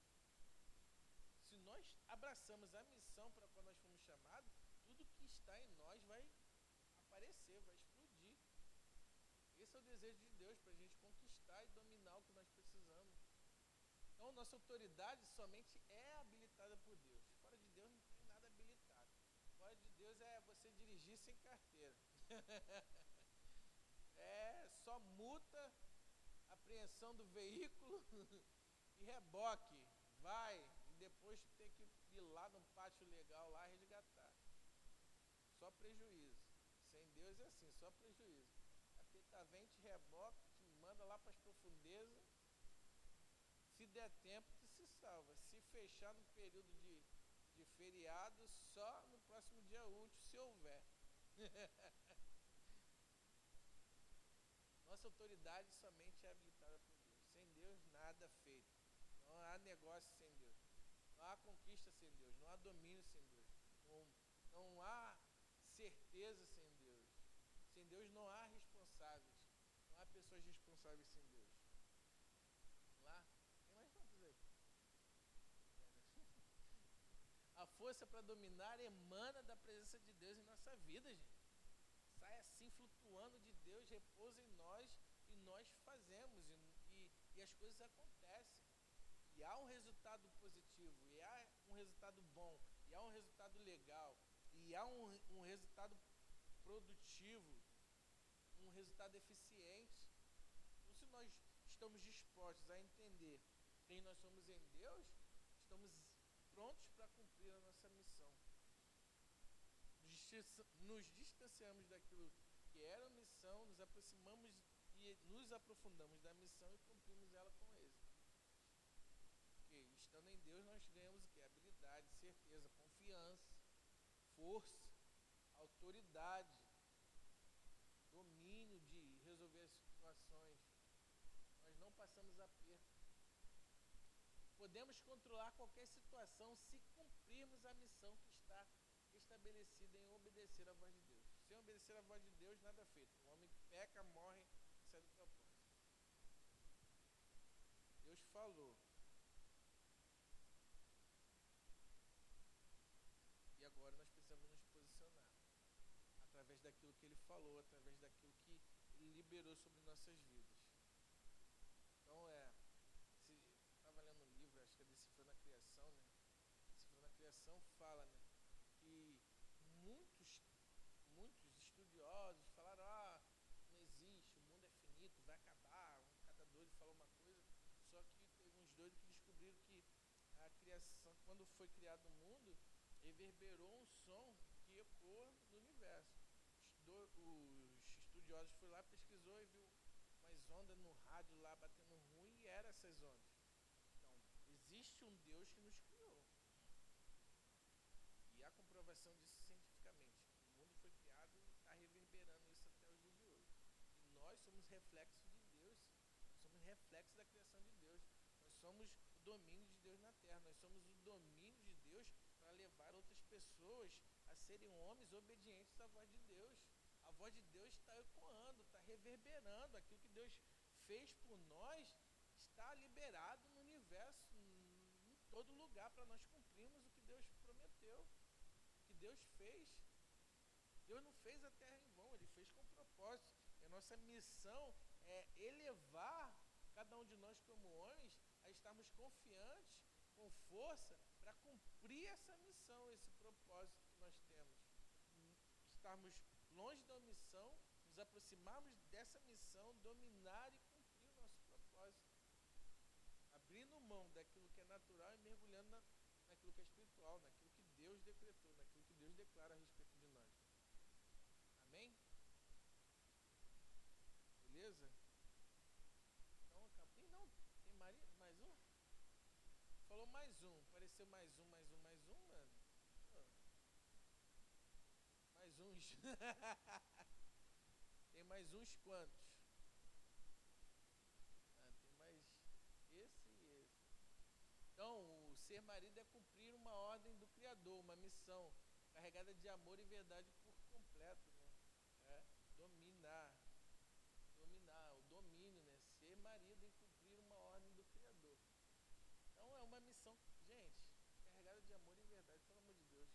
Se nós abraçamos a missão para a qual nós fomos chamados, tudo que está em nós vai aparecer, vai explodir. Esse é o desejo de Deus, para a gente conquistar e dominar o que nós precisamos. Então, nossa autoridade somente é habilitada por Deus. Fora de Deus não tem nada habilitado. Fora de Deus é você dirigir sem carteira. É só multa, apreensão do veículo e reboque. Vai, e depois tem que ir lá no pátio legal lá resgatar. Só prejuízo. Sem Deus é assim, só prejuízo. Capeta vem, te reboca, te manda lá para as profundezas. Se der tempo, tu se salva. Se fechar no período de feriado só no próximo dia útil, se houver. Nossa autoridade somente é habilitada por Deus. Sem Deus, nada feito. Não há negócio sem Deus. Não há conquista sem Deus. Não há domínio sem Deus. Não há certeza sem Deus. Sem Deus não há responsáveis. Não há pessoas responsáveis sem Deus. Vamos lá? Tem mais quantos aí? A força para dominar emana da presença de Deus em nossa vida, gente. Sai assim flutuando de Deus, repousa em nós e nós fazemos. E as coisas acontecem. E há um resultado positivo, e há um resultado bom, e há um resultado legal, e há um resultado produtivo, um resultado eficiente. Então, se nós estamos dispostos a entender quem nós somos em Deus, estamos prontos para cumprir a nossa missão. Nos distanciamos daquilo que era a missão, nos aproximamos e nos aprofundamos da missão e cumprimos ela com êxito. Porque estando em Deus nós ganhamos o que? Habilidade, certeza, confiança, força, autoridade, domínio de resolver as situações. Nós não passamos aperto. Podemos controlar qualquer situação se cumprirmos a missão que está estabelecida em obedecer à voz de Deus. Sem obedecer à voz de Deus, nada feito. O homem peca, morre e sai do propósito. Deus falou. E agora nós precisamos nos posicionar. Através daquilo que Ele falou, através daquilo que Ele liberou sobre nossas vidas. Então estava lendo um livro, acho que é Decifrando a Criação, né? Decifrando a Criação fala, né, que muitos estudiosos falaram, não existe, o mundo é finito, vai acabar. Cada doido falou uma coisa, só que teve uns doidos que descobriram que a criação, quando foi criado o mundo, reverberou um som que ecoa no universo. Os estudiosos foram lá, pesquisou e viu umas ondas no rádio lá batendo ruim, e eram essas ondas. Então, existe um Deus que nos criou. E há comprovação disso cientificamente. O mundo foi criado e está reverberando isso até os dias de hoje. E nós somos reflexo de Deus. Nós somos reflexo da criação de Deus. Nós somos o domínio de Deus na terra. Nós somos o domínio de Deus para levar outras pessoas a serem homens obedientes à voz de Deus. A voz de Deus está ecoando, está reverberando. Aquilo que Deus fez por nós está liberado no universo, em todo lugar, para nós cumprirmos o que Deus prometeu. Que Deus fez. Deus não fez a terra em vão, Ele fez com propósito. E a nossa missão é elevar cada um de nós como homens a estarmos confiantes, com força, para cumprir essa missão, esse propósito que nós temos. Estarmos longe da missão, nos aproximarmos dessa missão, dominar e cumprir o nosso propósito. Abrindo mão daquilo que é natural e mergulhando naquilo que é espiritual, naquilo que Deus decretou, naquilo que Deus declara a respeito de nós. Amém? Beleza? Então, acabei. Não, tem mais um? Falou mais um. Apareceu mais um, mano. Mais uns. Tem mais uns quantos? Tem mais esse e esse. Então, o ser marido é cumprir uma ordem do Criador, uma missão carregada de amor e verdade por completo, né? Dominar, o domínio, né? Ser marido e cumprir uma ordem do Criador. Então, é uma missão, gente, carregada de amor e verdade, pelo amor de Deus.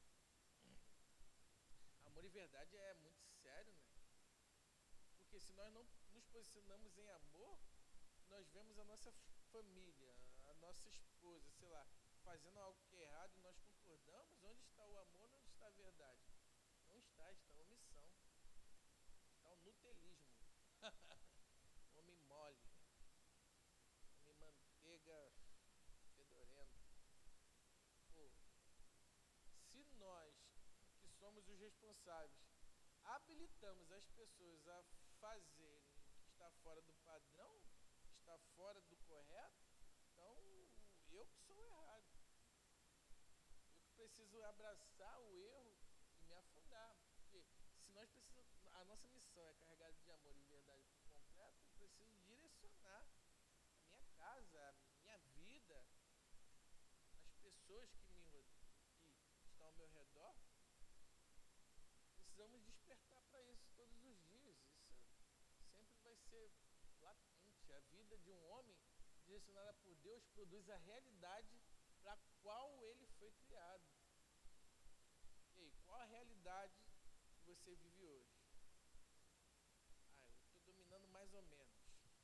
Amor e verdade é muito sério, né? Porque se nós não nos posicionamos em amor, nós vemos a nossa família, a nossa esposa, sei lá, fazendo algo que é errado e nós concordamos, onde está o amor, onde está a verdade? Não está, está a omissão. Está o nutelismo. Homem mole. Homem manteiga fedorenta. Pô, se nós, que somos os responsáveis, habilitamos as pessoas a fazerem o que está fora do padrão, está fora do correto, então eu que sou errado. Eu que preciso abraçar o erro e me afundar. Porque se nós precisamos, a nossa missão é carregada de amor e verdade por completo, eu preciso direcionar a minha casa, a minha vida, as pessoas que estão ao meu redor. Precisamos despertar para isso todos os dias. Isso sempre vai ser latente. A vida de um homem direcionada por Deus produz a realidade para a qual ele foi criado. E aí, qual a realidade que você vive hoje? Ah, eu estou dominando mais ou menos.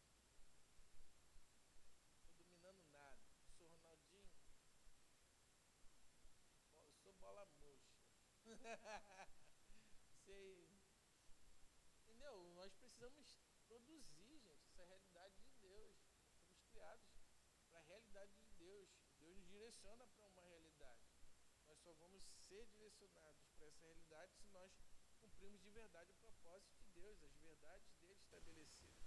Estou dominando nada. Sou Ronaldinho. Eu sou bola murcha. Sei. Entendeu? Nós precisamos produzir, gente, essa realidade de Deus. Fomos criados para a realidade de Deus. Deus nos direciona para uma realidade. Nós só vamos ser direcionados para essa realidade se nós cumprirmos de verdade o propósito de Deus, as verdades dele estabelecidas.